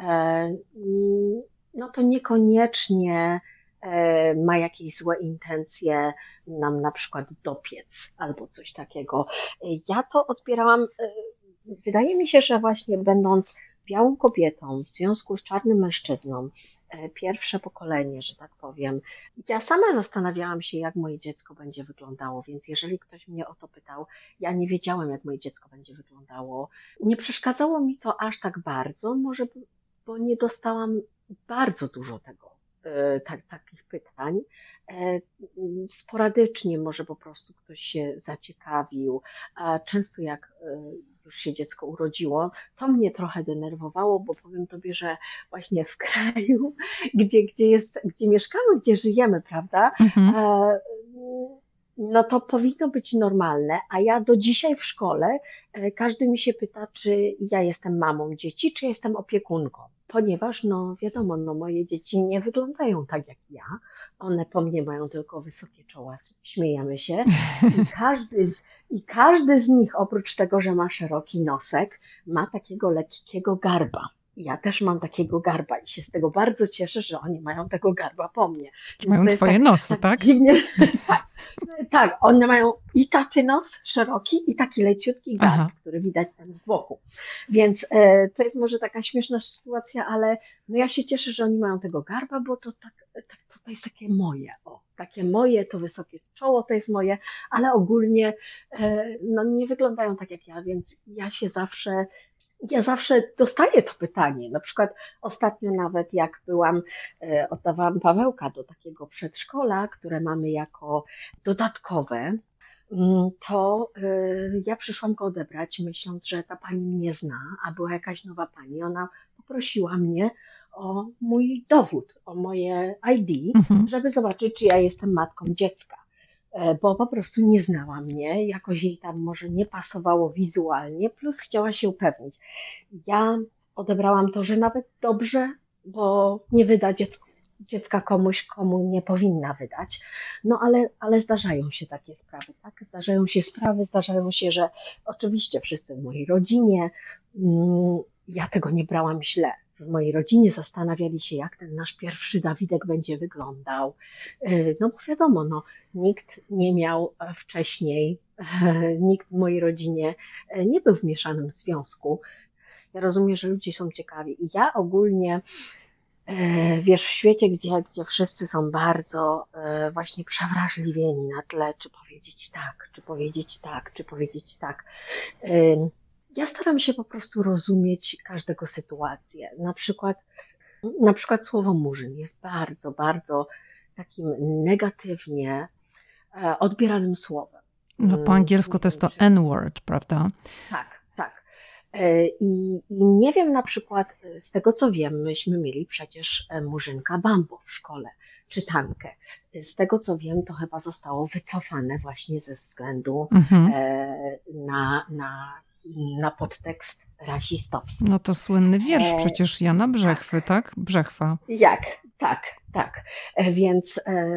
no to niekoniecznie ma jakieś złe intencje nam na przykład dopiec albo coś takiego. Ja to odbierałam, wydaje mi się, że właśnie będąc białą kobietą w związku z czarnym mężczyzną, pierwsze pokolenie, że tak powiem. Ja sama zastanawiałam się, jak moje dziecko będzie wyglądało, więc jeżeli ktoś mnie o to pytał, ja nie wiedziałam, jak moje dziecko będzie wyglądało. Nie przeszkadzało mi to aż tak bardzo, może bo nie dostałam bardzo dużo tego e, tak, takich pytań. E, Sporadycznie może po prostu ktoś się zaciekawił, a często jak e, już się dziecko urodziło, to mnie trochę denerwowało, bo powiem tobie, że właśnie w kraju, gdzie, gdzie jest, gdzie mieszkamy, gdzie żyjemy, prawda?
Mhm.
E, no to powinno być normalne, a ja do dzisiaj w szkole e, każdy mi się pyta, czy ja jestem mamą dzieci, czy jestem opiekunką. Ponieważ, no wiadomo, no moje dzieci nie wyglądają tak jak ja. One po mnie mają tylko wysokie czoła, śmiejemy się. I każdy z, i każdy z nich, oprócz tego, że ma szeroki nosek, ma takiego lekkiego garba. I ja też mam takiego garba i się z tego bardzo cieszę, że oni mają tego garba po mnie. Więc
Mają
to jest
twoje
tak,
nosy,
tak
tak?
dziwnie. Tak, one mają i tacy nos szeroki, i taki leciutki garb,
Aha.
który widać tam z boku. Więc e, to jest może taka śmieszna sytuacja, ale no ja się cieszę, że oni mają tego garba, bo to, tak, tak, to jest takie moje. O, takie moje, to wysokie czoło to jest moje, ale ogólnie e, no, nie wyglądają tak jak ja, więc ja się zawsze ja zawsze dostaję to pytanie. Na przykład ostatnio nawet jak byłam, e, oddawałam Pawełka do takiego przedszkola, które mamy jako dodatkowe, mm, to e, ja przyszłam go odebrać, myśląc, że ta pani mnie zna, a była jakaś nowa pani. Ona poprosiła mnie o mój dowód, o moje I D,
Mhm.
żeby zobaczyć, czy ja jestem matką dziecka. E, Bo po prostu nie znała mnie, jakoś jej tam może nie pasowało wizualnie, plus chciała się upewnić. Ja odebrałam to, że nawet dobrze, bo nie wyda dziecko, dziecka komuś, komu nie powinna wydać. No ale, ale zdarzają się takie sprawy, tak? Zdarzają się sprawy, zdarzają się, że oczywiście wszyscy w mojej rodzinie, mm, ja tego nie brałam źle. W mojej rodzinie zastanawiali się, jak ten nasz pierwszy Dawidek będzie wyglądał. Y, No bo wiadomo, no, nikt nie miał e, wcześniej, nikt w mojej rodzinie e, nie był w mieszanym związku. Ja rozumiem, że ludzie są ciekawi. I ja ogólnie, e, wiesz, w świecie, gdzie, gdzie wszyscy są bardzo e, właśnie przewrażliwieni na tle, czy powiedzieć tak, czy powiedzieć tak, czy powiedzieć tak. Ym, Ja staram się po prostu rozumieć każdego sytuację. Na przykład, na przykład słowo murzyn jest bardzo, bardzo takim negatywnie e, odbieranym słowem.
No po
Ym,
angielsku
Nie
to jest
wiem,
to
czy
N-word, prawda?
tak, tak. E, I, I nie wiem na przykład, e, z tego co wiem, myśmy mieli przecież e, Murzynka Bambo w szkole, czytankę. Z tego co wiem, to chyba zostało wycofane właśnie ze względu
Mhm.
e, na, na, na podtekst rasistowski.
No to słynny wiersz
E,
przecież Jana
tak,
Brzechwy, tak? Brzechwa.
jak? Tak, tak. E, Więc e,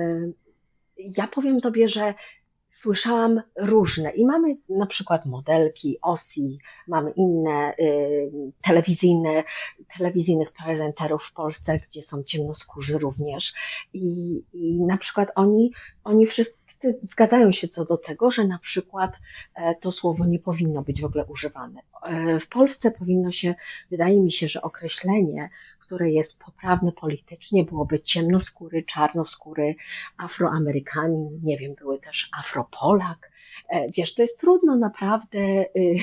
ja powiem tobie, że słyszałam różne i mamy na przykład modelki, Osi, mamy inne y, telewizyjne, telewizyjnych prezenterów w Polsce, gdzie są ciemnoskórzy również i, i na przykład oni, oni wszyscy zgadzają się co do tego, że na przykład e, to słowo nie powinno być w ogóle używane. E, W Polsce powinno się, wydaje mi się, że określenie, które jest poprawne politycznie, byłoby ciemnoskóry, czarnoskóry, Afroamerykanin, nie wiem, były też Afropolak. E, Wiesz, to jest trudno naprawdę, y,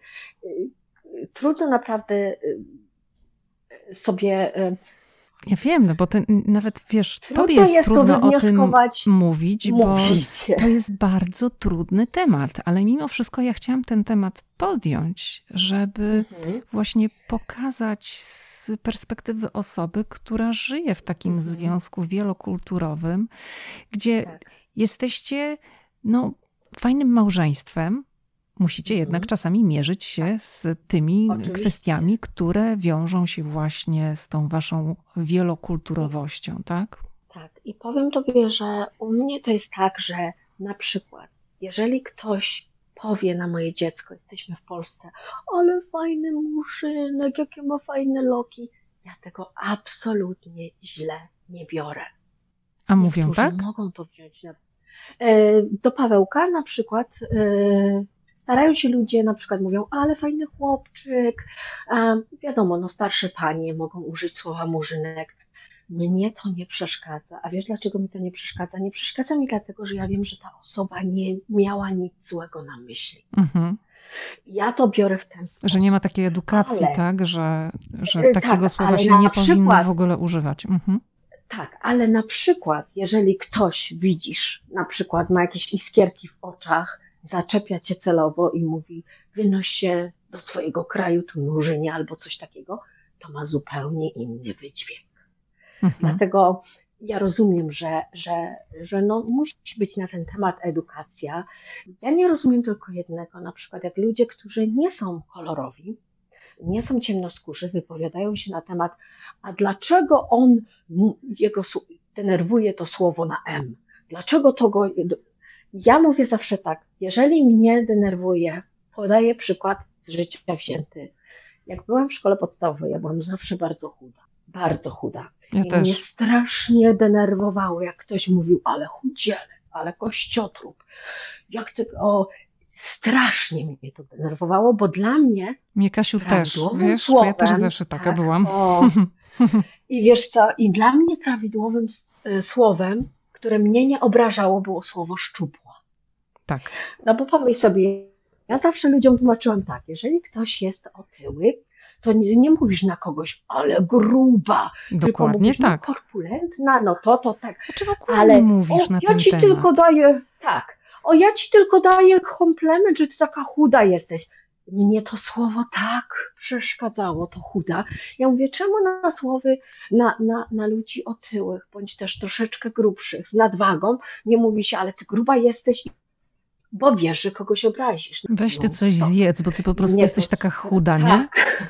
y, trudno naprawdę y, sobie, y,
Ja wiem, no bo ty, nawet wiesz, tobie
trudno
jest
jest to
trudno o tym
wywnioskować,
mówić, bo
mówić.
to jest bardzo trudny temat, ale mimo wszystko ja chciałam ten temat podjąć, żeby
Mhm,
właśnie pokazać z perspektywy osoby, która żyje w takim
mhm,
związku wielokulturowym, gdzie
tak,
jesteście no, fajnym małżeństwem. Musicie jednak
mhm,
czasami mierzyć się
tak,
z tymi
oczywiście.
kwestiami, które wiążą się właśnie z tą waszą
I,
wielokulturowością, tak?
tak, i powiem tobie, że u mnie to jest tak, że na przykład, jeżeli ktoś powie na moje dziecko, jesteśmy w Polsce, ale fajny murzynek, jakie ma fajne loki, ja tego absolutnie źle nie biorę.
A mówią
Niektórzy
tak?
mogą to wziąć na... E, Do Pawełka na przykład e, starają się ludzie, na przykład mówią, ale fajny chłopczyk. E, Wiadomo, no starsze panie mogą użyć słowa murzynek. Mnie to nie przeszkadza. A wiesz, dlaczego mi to nie przeszkadza? Nie przeszkadza mi dlatego, że ja wiem, że ta osoba nie miała nic złego na myśli.
Mhm.
Ja to biorę w ten
Że nie ma
sposób.
takiej edukacji,
Ale,
tak? Że, że
e,
takiego
tak,
słowa
ale
się nie
na
powinno w
przykład
ogóle używać. Mhm.
Tak, ale na przykład, jeżeli ktoś, widzisz, na przykład ma jakieś iskierki w oczach, zaczepia cię celowo i mówi, wynoś się do swojego kraju, tu Murzynie albo coś takiego, to ma zupełnie inny wydźwięk. Mhm. Dlatego ja rozumiem, że, że, że no, musi być na ten temat edukacja. Ja nie rozumiem tylko jednego, na przykład jak ludzie, którzy nie są kolorowi, nie są ciemnoskórzy, wypowiadają się na temat, a dlaczego on, jego denerwuje to słowo na M? Dlaczego to go... Ja mówię zawsze tak, jeżeli mnie denerwuje, podaję przykład z życia wzięty. Jak byłam w szkole podstawowej, ja byłam zawsze bardzo chuda, bardzo chuda.
Ja
I
też.
mnie strasznie denerwowało, jak ktoś mówił, ale chudzielec, ale kościotrup. Jak ty, o, strasznie mnie to denerwowało, bo dla mnie
Mnie, Kasiu, też, wiesz,
słowem,
ja też zawsze taka
tak,
byłam.
O, I wiesz co, i dla mnie prawidłowym słowem, które mnie nie obrażało, było słowo szczupła.
Tak.
No bo pomyśl sobie, ja zawsze ludziom tłumaczyłam tak, jeżeli ktoś jest otyły, to nie, nie mówisz na kogoś, ale gruba,
Dokładnie
tylko mówisz,
tak.
no korpulentna, no to, to tak.
Znaczy w ogóle
ale
nie mówisz
o,
na
ja
ten
ci
temat.
tylko daję, tak, o ja ci tylko daję komplement, że ty taka chuda jesteś. Mnie to słowo tak przeszkadzało, to chuda. Ja mówię, czemu na słowy, na, na, na ludzi otyłych, bądź też troszeczkę grubszych, z nadwagą, nie mówi się, ale ty gruba jesteś, bo wiesz, że kogoś obrazisz.
Weź ty
No,
coś
stop.
zjedz, bo ty po prostu
Mnie
jesteś
to
taka
stra-
chuda, nie?
Tak.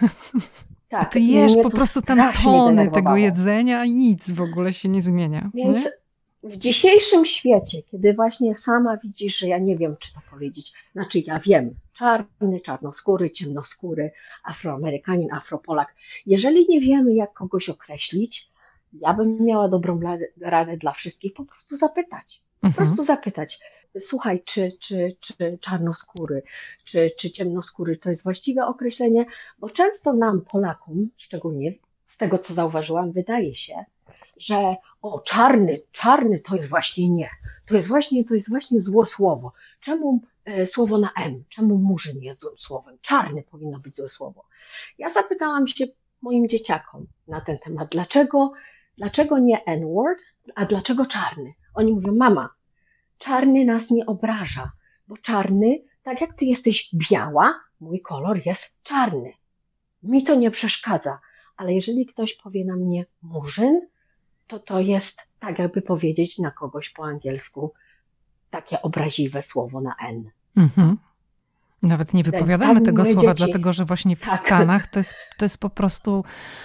A
Tak.
ty jesz
Mnie
po
to
prostu tam
strasznie
tony
denerwowało.
tego jedzenia i nic w ogóle się nie zmienia.
Więc
Nie?
w dzisiejszym świecie, kiedy właśnie sama widzisz, że ja nie wiem, czy to powiedzieć, znaczy ja wiem, czarny, czarnoskóry, ciemnoskóry, Afroamerykanin, Afropolak, jeżeli nie wiemy, jak kogoś określić, ja bym miała dobrą radę dla wszystkich, po prostu zapytać. Po
Mhm.
prostu zapytać. Słuchaj, czy, czy, czy czarnoskóry, czy, czy ciemnoskóry to jest właściwe określenie, bo często nam, Polakom, szczególnie z tego, co zauważyłam, wydaje się, że o, czarny, czarny to jest właśnie nie. To jest właśnie, to jest właśnie złe słowo. Czemu e, słowo na M? Czemu murzyn jest złym słowem? Czarny powinno być złe słowo. Ja zapytałam się moim dzieciakom na ten temat, dlaczego, dlaczego nie N-word, a dlaczego czarny? Oni mówią, mama, czarny nas nie obraża, bo czarny, tak jak ty jesteś biała, mój kolor jest czarny. Mi to nie przeszkadza, ale jeżeli ktoś powie na mnie murzyn, to to jest tak jakby powiedzieć na kogoś po angielsku takie obraźliwe słowo na N.
Mhm. Nawet nie wypowiadamy
tak,
tego
moje
słowa,
dzieci-
dlatego że właśnie w
Tak.
Stanach to jest, to jest po prostu,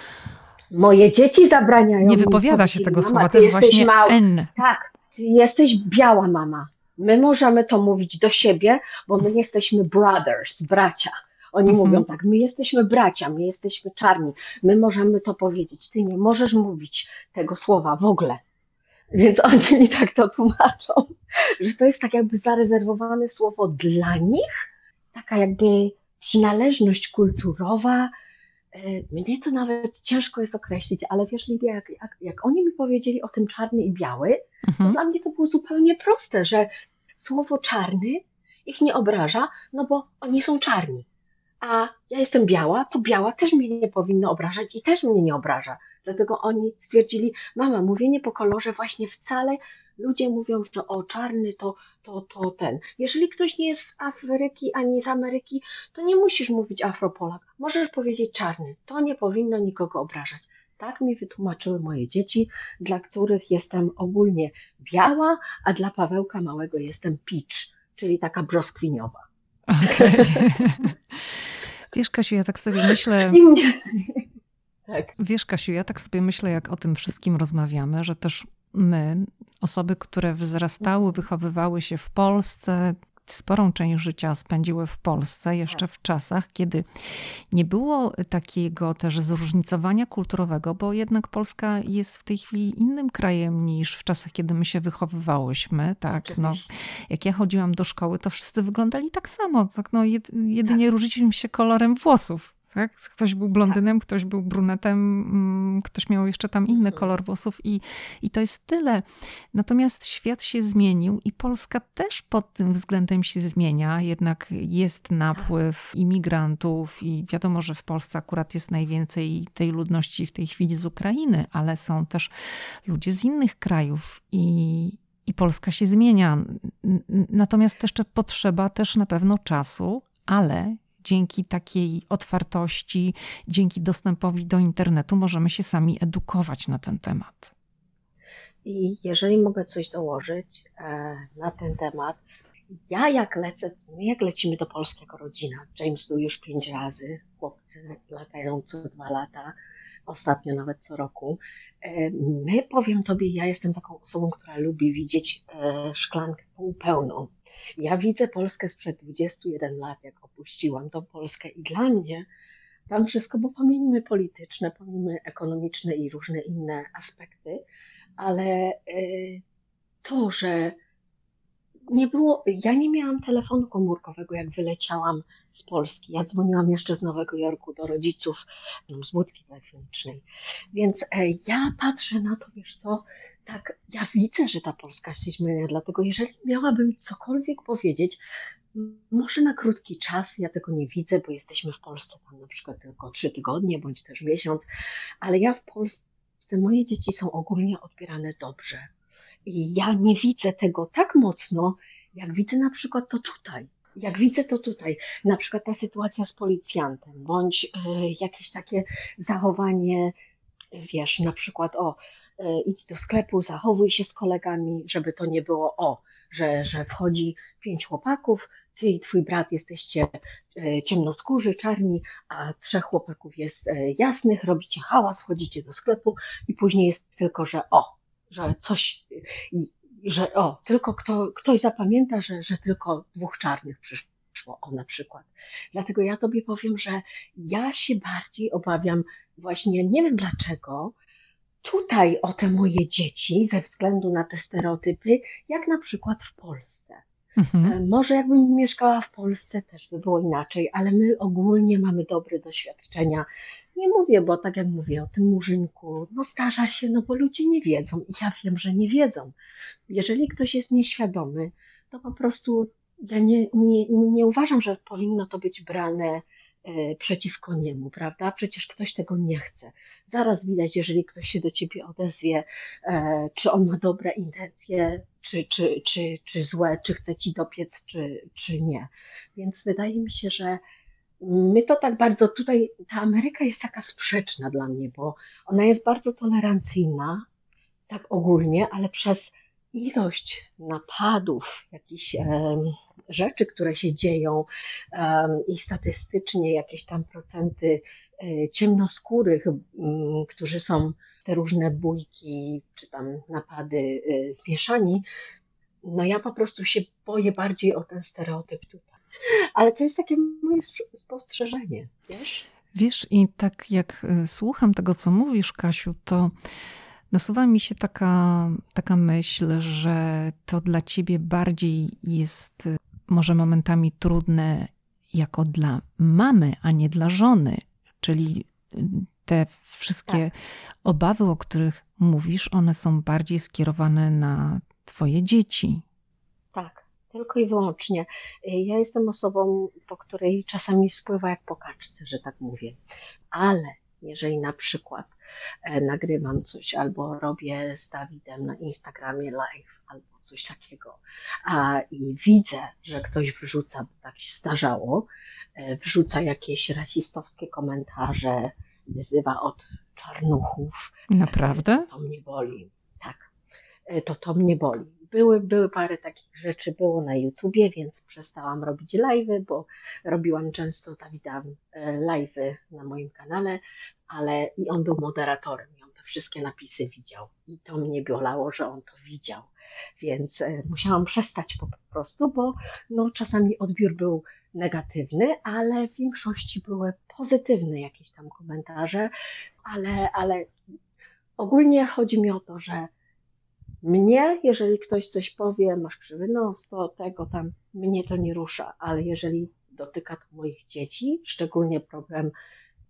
Moje dzieci zabraniają
nie
mi,
wypowiada się
powiedzieli,
tego
mama,
słowa,
ty
to jest
jesteś
właśnie
mał-
N.
Tak, ty jesteś biała mama. My możemy to mówić do siebie, bo my jesteśmy brothers, bracia. Oni
Mhm.
mówią tak, my jesteśmy bracia, my jesteśmy czarni, my możemy to powiedzieć. Ty nie możesz mówić tego słowa w ogóle. Więc oni mi tak to tłumaczą, że to jest tak jakby zarezerwowane słowo dla nich, taka jakby przynależność kulturowa. Mnie to nawet ciężko jest określić, ale wiesz, Lidia, jak, jak, jak oni mi powiedzieli o tym czarny i biały, to
Mhm.
dla mnie to było zupełnie proste, że słowo czarny ich nie obraża, no bo oni są czarni. A ja jestem biała, to biała też mnie nie powinno obrażać i też mnie nie obraża. Dlatego oni stwierdzili, mama, mówienie po kolorze właśnie wcale, ludzie mówią, że o czarny to, to, to ten. Jeżeli ktoś nie jest z Afryki ani z Ameryki, to nie musisz mówić Afropolak. Możesz powiedzieć czarny. To nie powinno nikogo obrażać. Tak mi wytłumaczyły moje dzieci, dla których jestem ogólnie biała, a dla Pawełka małego jestem peach, czyli taka brzoskwiniowa.
Okej. Wiesz, Kasiu, ja tak sobie myślę,
I mnie... Tak.
wiesz, Kasiu, ja tak sobie myślę, jak o tym wszystkim rozmawiamy, że też my, osoby, które wzrastały, wychowywały się w Polsce, sporą część życia spędziły w Polsce, jeszcze w czasach, kiedy nie było takiego też zróżnicowania kulturowego, bo jednak Polska jest w tej chwili innym krajem niż w czasach, kiedy my się wychowywałyśmy. Tak, no, jak ja chodziłam do szkoły, to wszyscy wyglądali tak samo. Tak, no, jed, jedynie różniliśmy się kolorem włosów. tak? Ktoś był blondynem, ktoś był brunetem, ktoś miał jeszcze tam inny kolor włosów i, i to jest tyle. Natomiast świat się zmienił i Polska też pod tym względem się zmienia. Jednak jest napływ imigrantów i wiadomo, że w Polsce akurat jest najwięcej tej ludności w tej chwili z Ukrainy, ale są też ludzie z innych krajów i, i Polska się zmienia. Natomiast jeszcze potrzeba też na pewno czasu, ale dzięki takiej otwartości, dzięki dostępowi do internetu możemy się sami edukować na ten temat.
I jeżeli mogę coś dołożyć e, na ten temat, ja jak lecę, my jak lecimy do Polski jako rodzina, James był już pięć razy, chłopcy latają co dwa lata, ostatnio nawet co roku. E, my, powiem tobie, ja jestem taką osobą, która lubi widzieć e, szklankę półpełną. Ja widzę Polskę sprzed dwudziestu jeden lat, jak opuściłam tą Polskę i dla mnie tam wszystko, bo pomijmy polityczne, pomijmy ekonomiczne i różne inne aspekty, ale to, że nie było, ja nie miałam telefonu komórkowego, jak wyleciałam z Polski. Ja dzwoniłam jeszcze z Nowego Jorku do rodziców z budki telefonicznej. Więc ja patrzę na to, wiesz co, tak, ja widzę, że ta Polska się zmienia, dlatego jeżeli miałabym cokolwiek powiedzieć, może na krótki czas, ja tego nie widzę, bo jesteśmy w Polsce tam na przykład tylko trzy tygodnie, bądź też miesiąc, ale ja w Polsce, moje dzieci są ogólnie odbierane dobrze. I ja nie widzę tego tak mocno, jak widzę na przykład to tutaj. Jak widzę to tutaj, na przykład ta sytuacja z policjantem, bądź y, jakieś takie zachowanie, wiesz, na przykład o, y, idź do sklepu, zachowuj się z kolegami, żeby to nie było o, że, że wchodzi pięć chłopaków, ty i twój brat jesteście y, ciemnoskórzy, czarni, a trzech chłopaków jest y, jasnych, robicie hałas, wchodzicie do sklepu i później jest tylko, że o, że coś, że o, tylko kto, ktoś zapamięta, że, że tylko dwóch czarnych przyszło, o na przykład. Dlatego ja tobie powiem, że ja się bardziej obawiam właśnie, nie wiem dlaczego, tutaj o te moje dzieci ze względu na te stereotypy, jak na przykład w Polsce. Mhm. Może jakbym mieszkała w Polsce, też by było inaczej, ale my ogólnie mamy dobre doświadczenia. Nie mówię, bo tak jak mówię o tym murzynku, no zdarza się, no bo ludzie nie wiedzą i ja wiem, że nie wiedzą. Jeżeli ktoś jest nieświadomy, to po prostu ja nie, nie, nie uważam, że powinno to być brane e, przeciwko niemu, prawda? Przecież ktoś tego nie chce. Zaraz widać, jeżeli ktoś się do ciebie odezwie, e, czy on ma dobre intencje, czy, czy, czy, czy złe, czy chce ci dopiec, czy, czy nie. Więc wydaje mi się, że my to tak bardzo tutaj, ta Ameryka jest taka sprzeczna dla mnie, bo ona jest bardzo tolerancyjna, tak ogólnie, ale przez ilość napadów, jakichś um, rzeczy, które się dzieją um, i statystycznie jakieś tam procenty um, ciemnoskórych, um, którzy są te różne bójki czy tam napady um, mieszani, no ja po prostu się boję bardziej o ten stereotyp tutaj. Ale to jest takie moje spostrzeżenie, wiesz?
Wiesz, i tak jak słucham tego, co mówisz, Kasiu, to nasuwa mi się taka, taka myśl, że to dla ciebie bardziej jest może momentami trudne jako dla mamy, a nie dla żony. Czyli te wszystkie tak. obawy, o których mówisz, one są bardziej skierowane na twoje dzieci.
Tak. Tylko i wyłącznie. Ja jestem osobą, po której czasami spływa jak po kaczce, że tak mówię. Ale jeżeli na przykład nagrywam coś albo robię z Dawidem na Instagramie live albo coś takiego a, i widzę, że ktoś wrzuca, bo tak się zdarzało, wrzuca jakieś rasistowskie komentarze, wyzywa od czarnuchów.
Naprawdę?
To, to mnie boli. Tak. To to mnie boli. Były, były parę takich rzeczy, było na YouTubie, więc przestałam robić live'y, bo robiłam często z Dawidem live'y na moim kanale, ale i on był moderatorem i on te wszystkie napisy widział i to mnie bolało, że on to widział, więc musiałam przestać po prostu, bo no, czasami odbiór był negatywny, ale w większości były pozytywne jakieś tam komentarze, ale, ale ogólnie chodzi mi o to, że mnie, jeżeli ktoś coś powie, masz krzywy nos, to tego tam, mnie to nie rusza, ale jeżeli dotyka to moich dzieci, szczególnie problem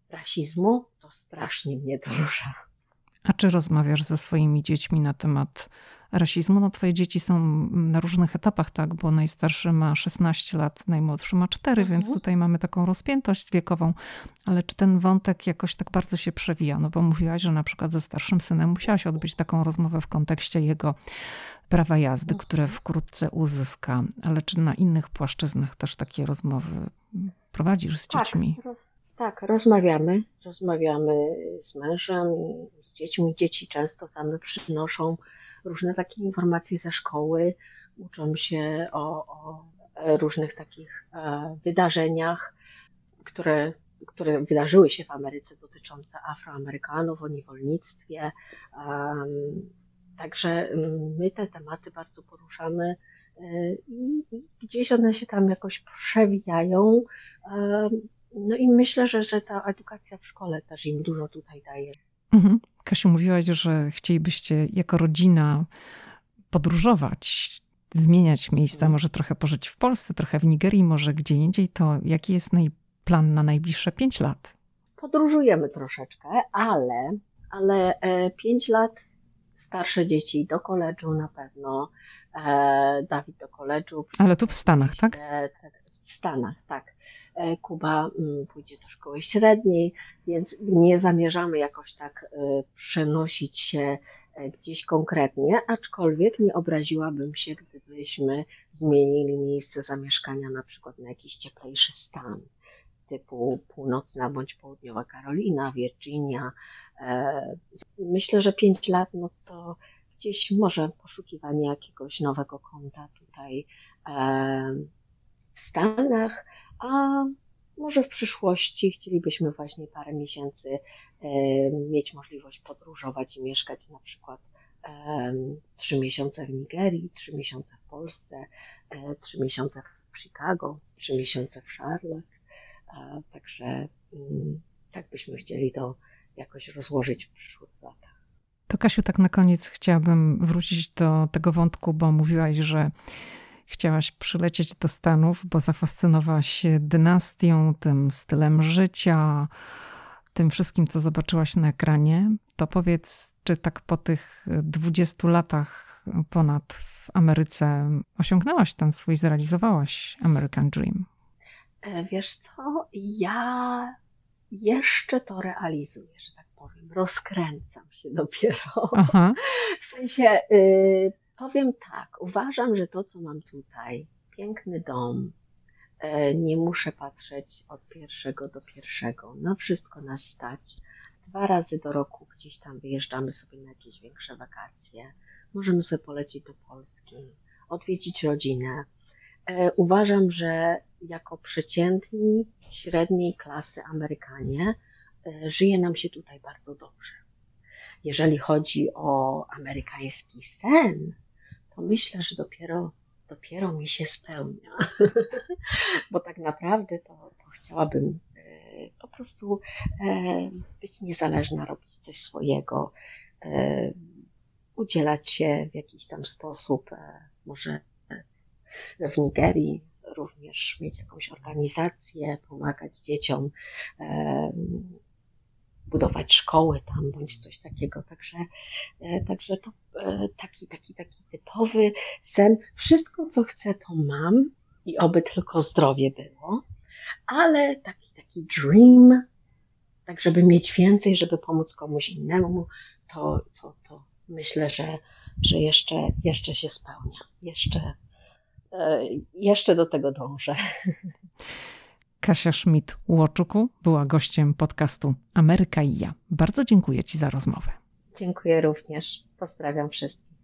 rasizmu, to strasznie mnie to rusza.
A czy rozmawiasz ze swoimi dziećmi na temat rasizmu? No twoje dzieci są na różnych etapach, tak? Bo najstarszy ma szesnaście lat, najmłodszy ma cztery, mhm. więc tutaj mamy taką rozpiętość wiekową. Ale czy ten wątek jakoś tak bardzo się przewija? No bo mówiłaś, że na przykład ze starszym synem musiałaś odbyć taką rozmowę w kontekście jego prawa jazdy, mhm. które wkrótce uzyska. Ale czy na innych płaszczyznach też takie rozmowy prowadzisz z
tak.
dziećmi?
Tak, rozmawiamy. Rozmawiamy z mężem, z dziećmi. Dzieci często same przynoszą różne takie informacje ze szkoły, uczą się o, o różnych takich e, wydarzeniach, które, które wydarzyły się w Ameryce dotyczące Afroamerykanów, o niewolnictwie. Um, także my te tematy bardzo poruszamy e, i, i gdzieś one się tam jakoś przewijają. E, no i myślę, że, że ta edukacja w szkole też im dużo tutaj daje.
Mhm. Kasiu, mówiłaś, że chcielibyście jako rodzina podróżować, zmieniać miejsca, może trochę pożyć w Polsce, trochę w Nigerii, może gdzie indziej. To jaki jest plan na najbliższe pięć lat?
Podróżujemy troszeczkę, ale, ale pięć lat, starsze dzieci do koledżu na pewno, Dawid do koledżu.
Ale tu w Stanach, tak?
W Stanach, tak. Kuba pójdzie do szkoły średniej, więc nie zamierzamy jakoś tak przenosić się gdzieś konkretnie, aczkolwiek nie obraziłabym się, gdybyśmy zmienili miejsce zamieszkania na przykład na jakiś cieplejszy stan, typu północna bądź południowa Karolina, Virginia. Myślę, że pięć lat, no to gdzieś może poszukiwanie jakiegoś nowego kąta tutaj w Stanach, a może w przyszłości chcielibyśmy właśnie parę miesięcy e, mieć możliwość podróżować i mieszkać na przykład e, trzy miesiące w Nigerii, trzy miesiące w Polsce, e, trzy miesiące w Chicago, trzy miesiące w Charlotte. E, także mm, tak byśmy chcieli to jakoś rozłożyć w przyszłych latach.
To Kasiu, tak na koniec chciałabym wrócić do tego wątku, bo mówiłaś, że chciałaś przylecieć do Stanów, bo zafascynowałaś się dynastią, tym stylem życia, tym wszystkim, co zobaczyłaś na ekranie. To powiedz, czy tak po tych dwudziestu latach ponad w Ameryce osiągnęłaś ten swój, zrealizowałaś American Dream?
Wiesz co, ja jeszcze to realizuję, że tak powiem. Rozkręcam się dopiero. Aha. W sensie... Y- Powiem tak, uważam, że to, co mam tutaj, piękny dom, nie muszę patrzeć od pierwszego do pierwszego, na wszystko nas stać. Dwa razy do roku gdzieś tam wyjeżdżamy sobie na jakieś większe wakacje, możemy sobie polecieć do Polski, odwiedzić rodzinę. Uważam, że jako przeciętni, średniej klasy Amerykanie żyje nam się tutaj bardzo dobrze. Jeżeli chodzi o amerykański sen, to myślę, że dopiero, dopiero mi się spełnia, bo tak naprawdę to, to chciałabym e, po prostu e, być niezależna, robić coś swojego, e, udzielać się w jakiś tam sposób, e, może w Nigerii również mieć jakąś organizację, pomagać dzieciom, e, budować szkoły tam, bądź coś takiego. Także, także to taki, taki, taki typowy sen. Wszystko, co chcę, to mam i oby tylko zdrowie było, ale taki, taki dream, tak żeby mieć więcej, żeby pomóc komuś innemu, to, to, to myślę, że, że jeszcze, jeszcze się spełnia. Jeszcze, jeszcze do tego dążę.
Kasia Schmidt-Łoczuk była gościem podcastu Ameryka i ja. Bardzo dziękuję Ci za rozmowę.
Dziękuję również. Pozdrawiam wszystkich.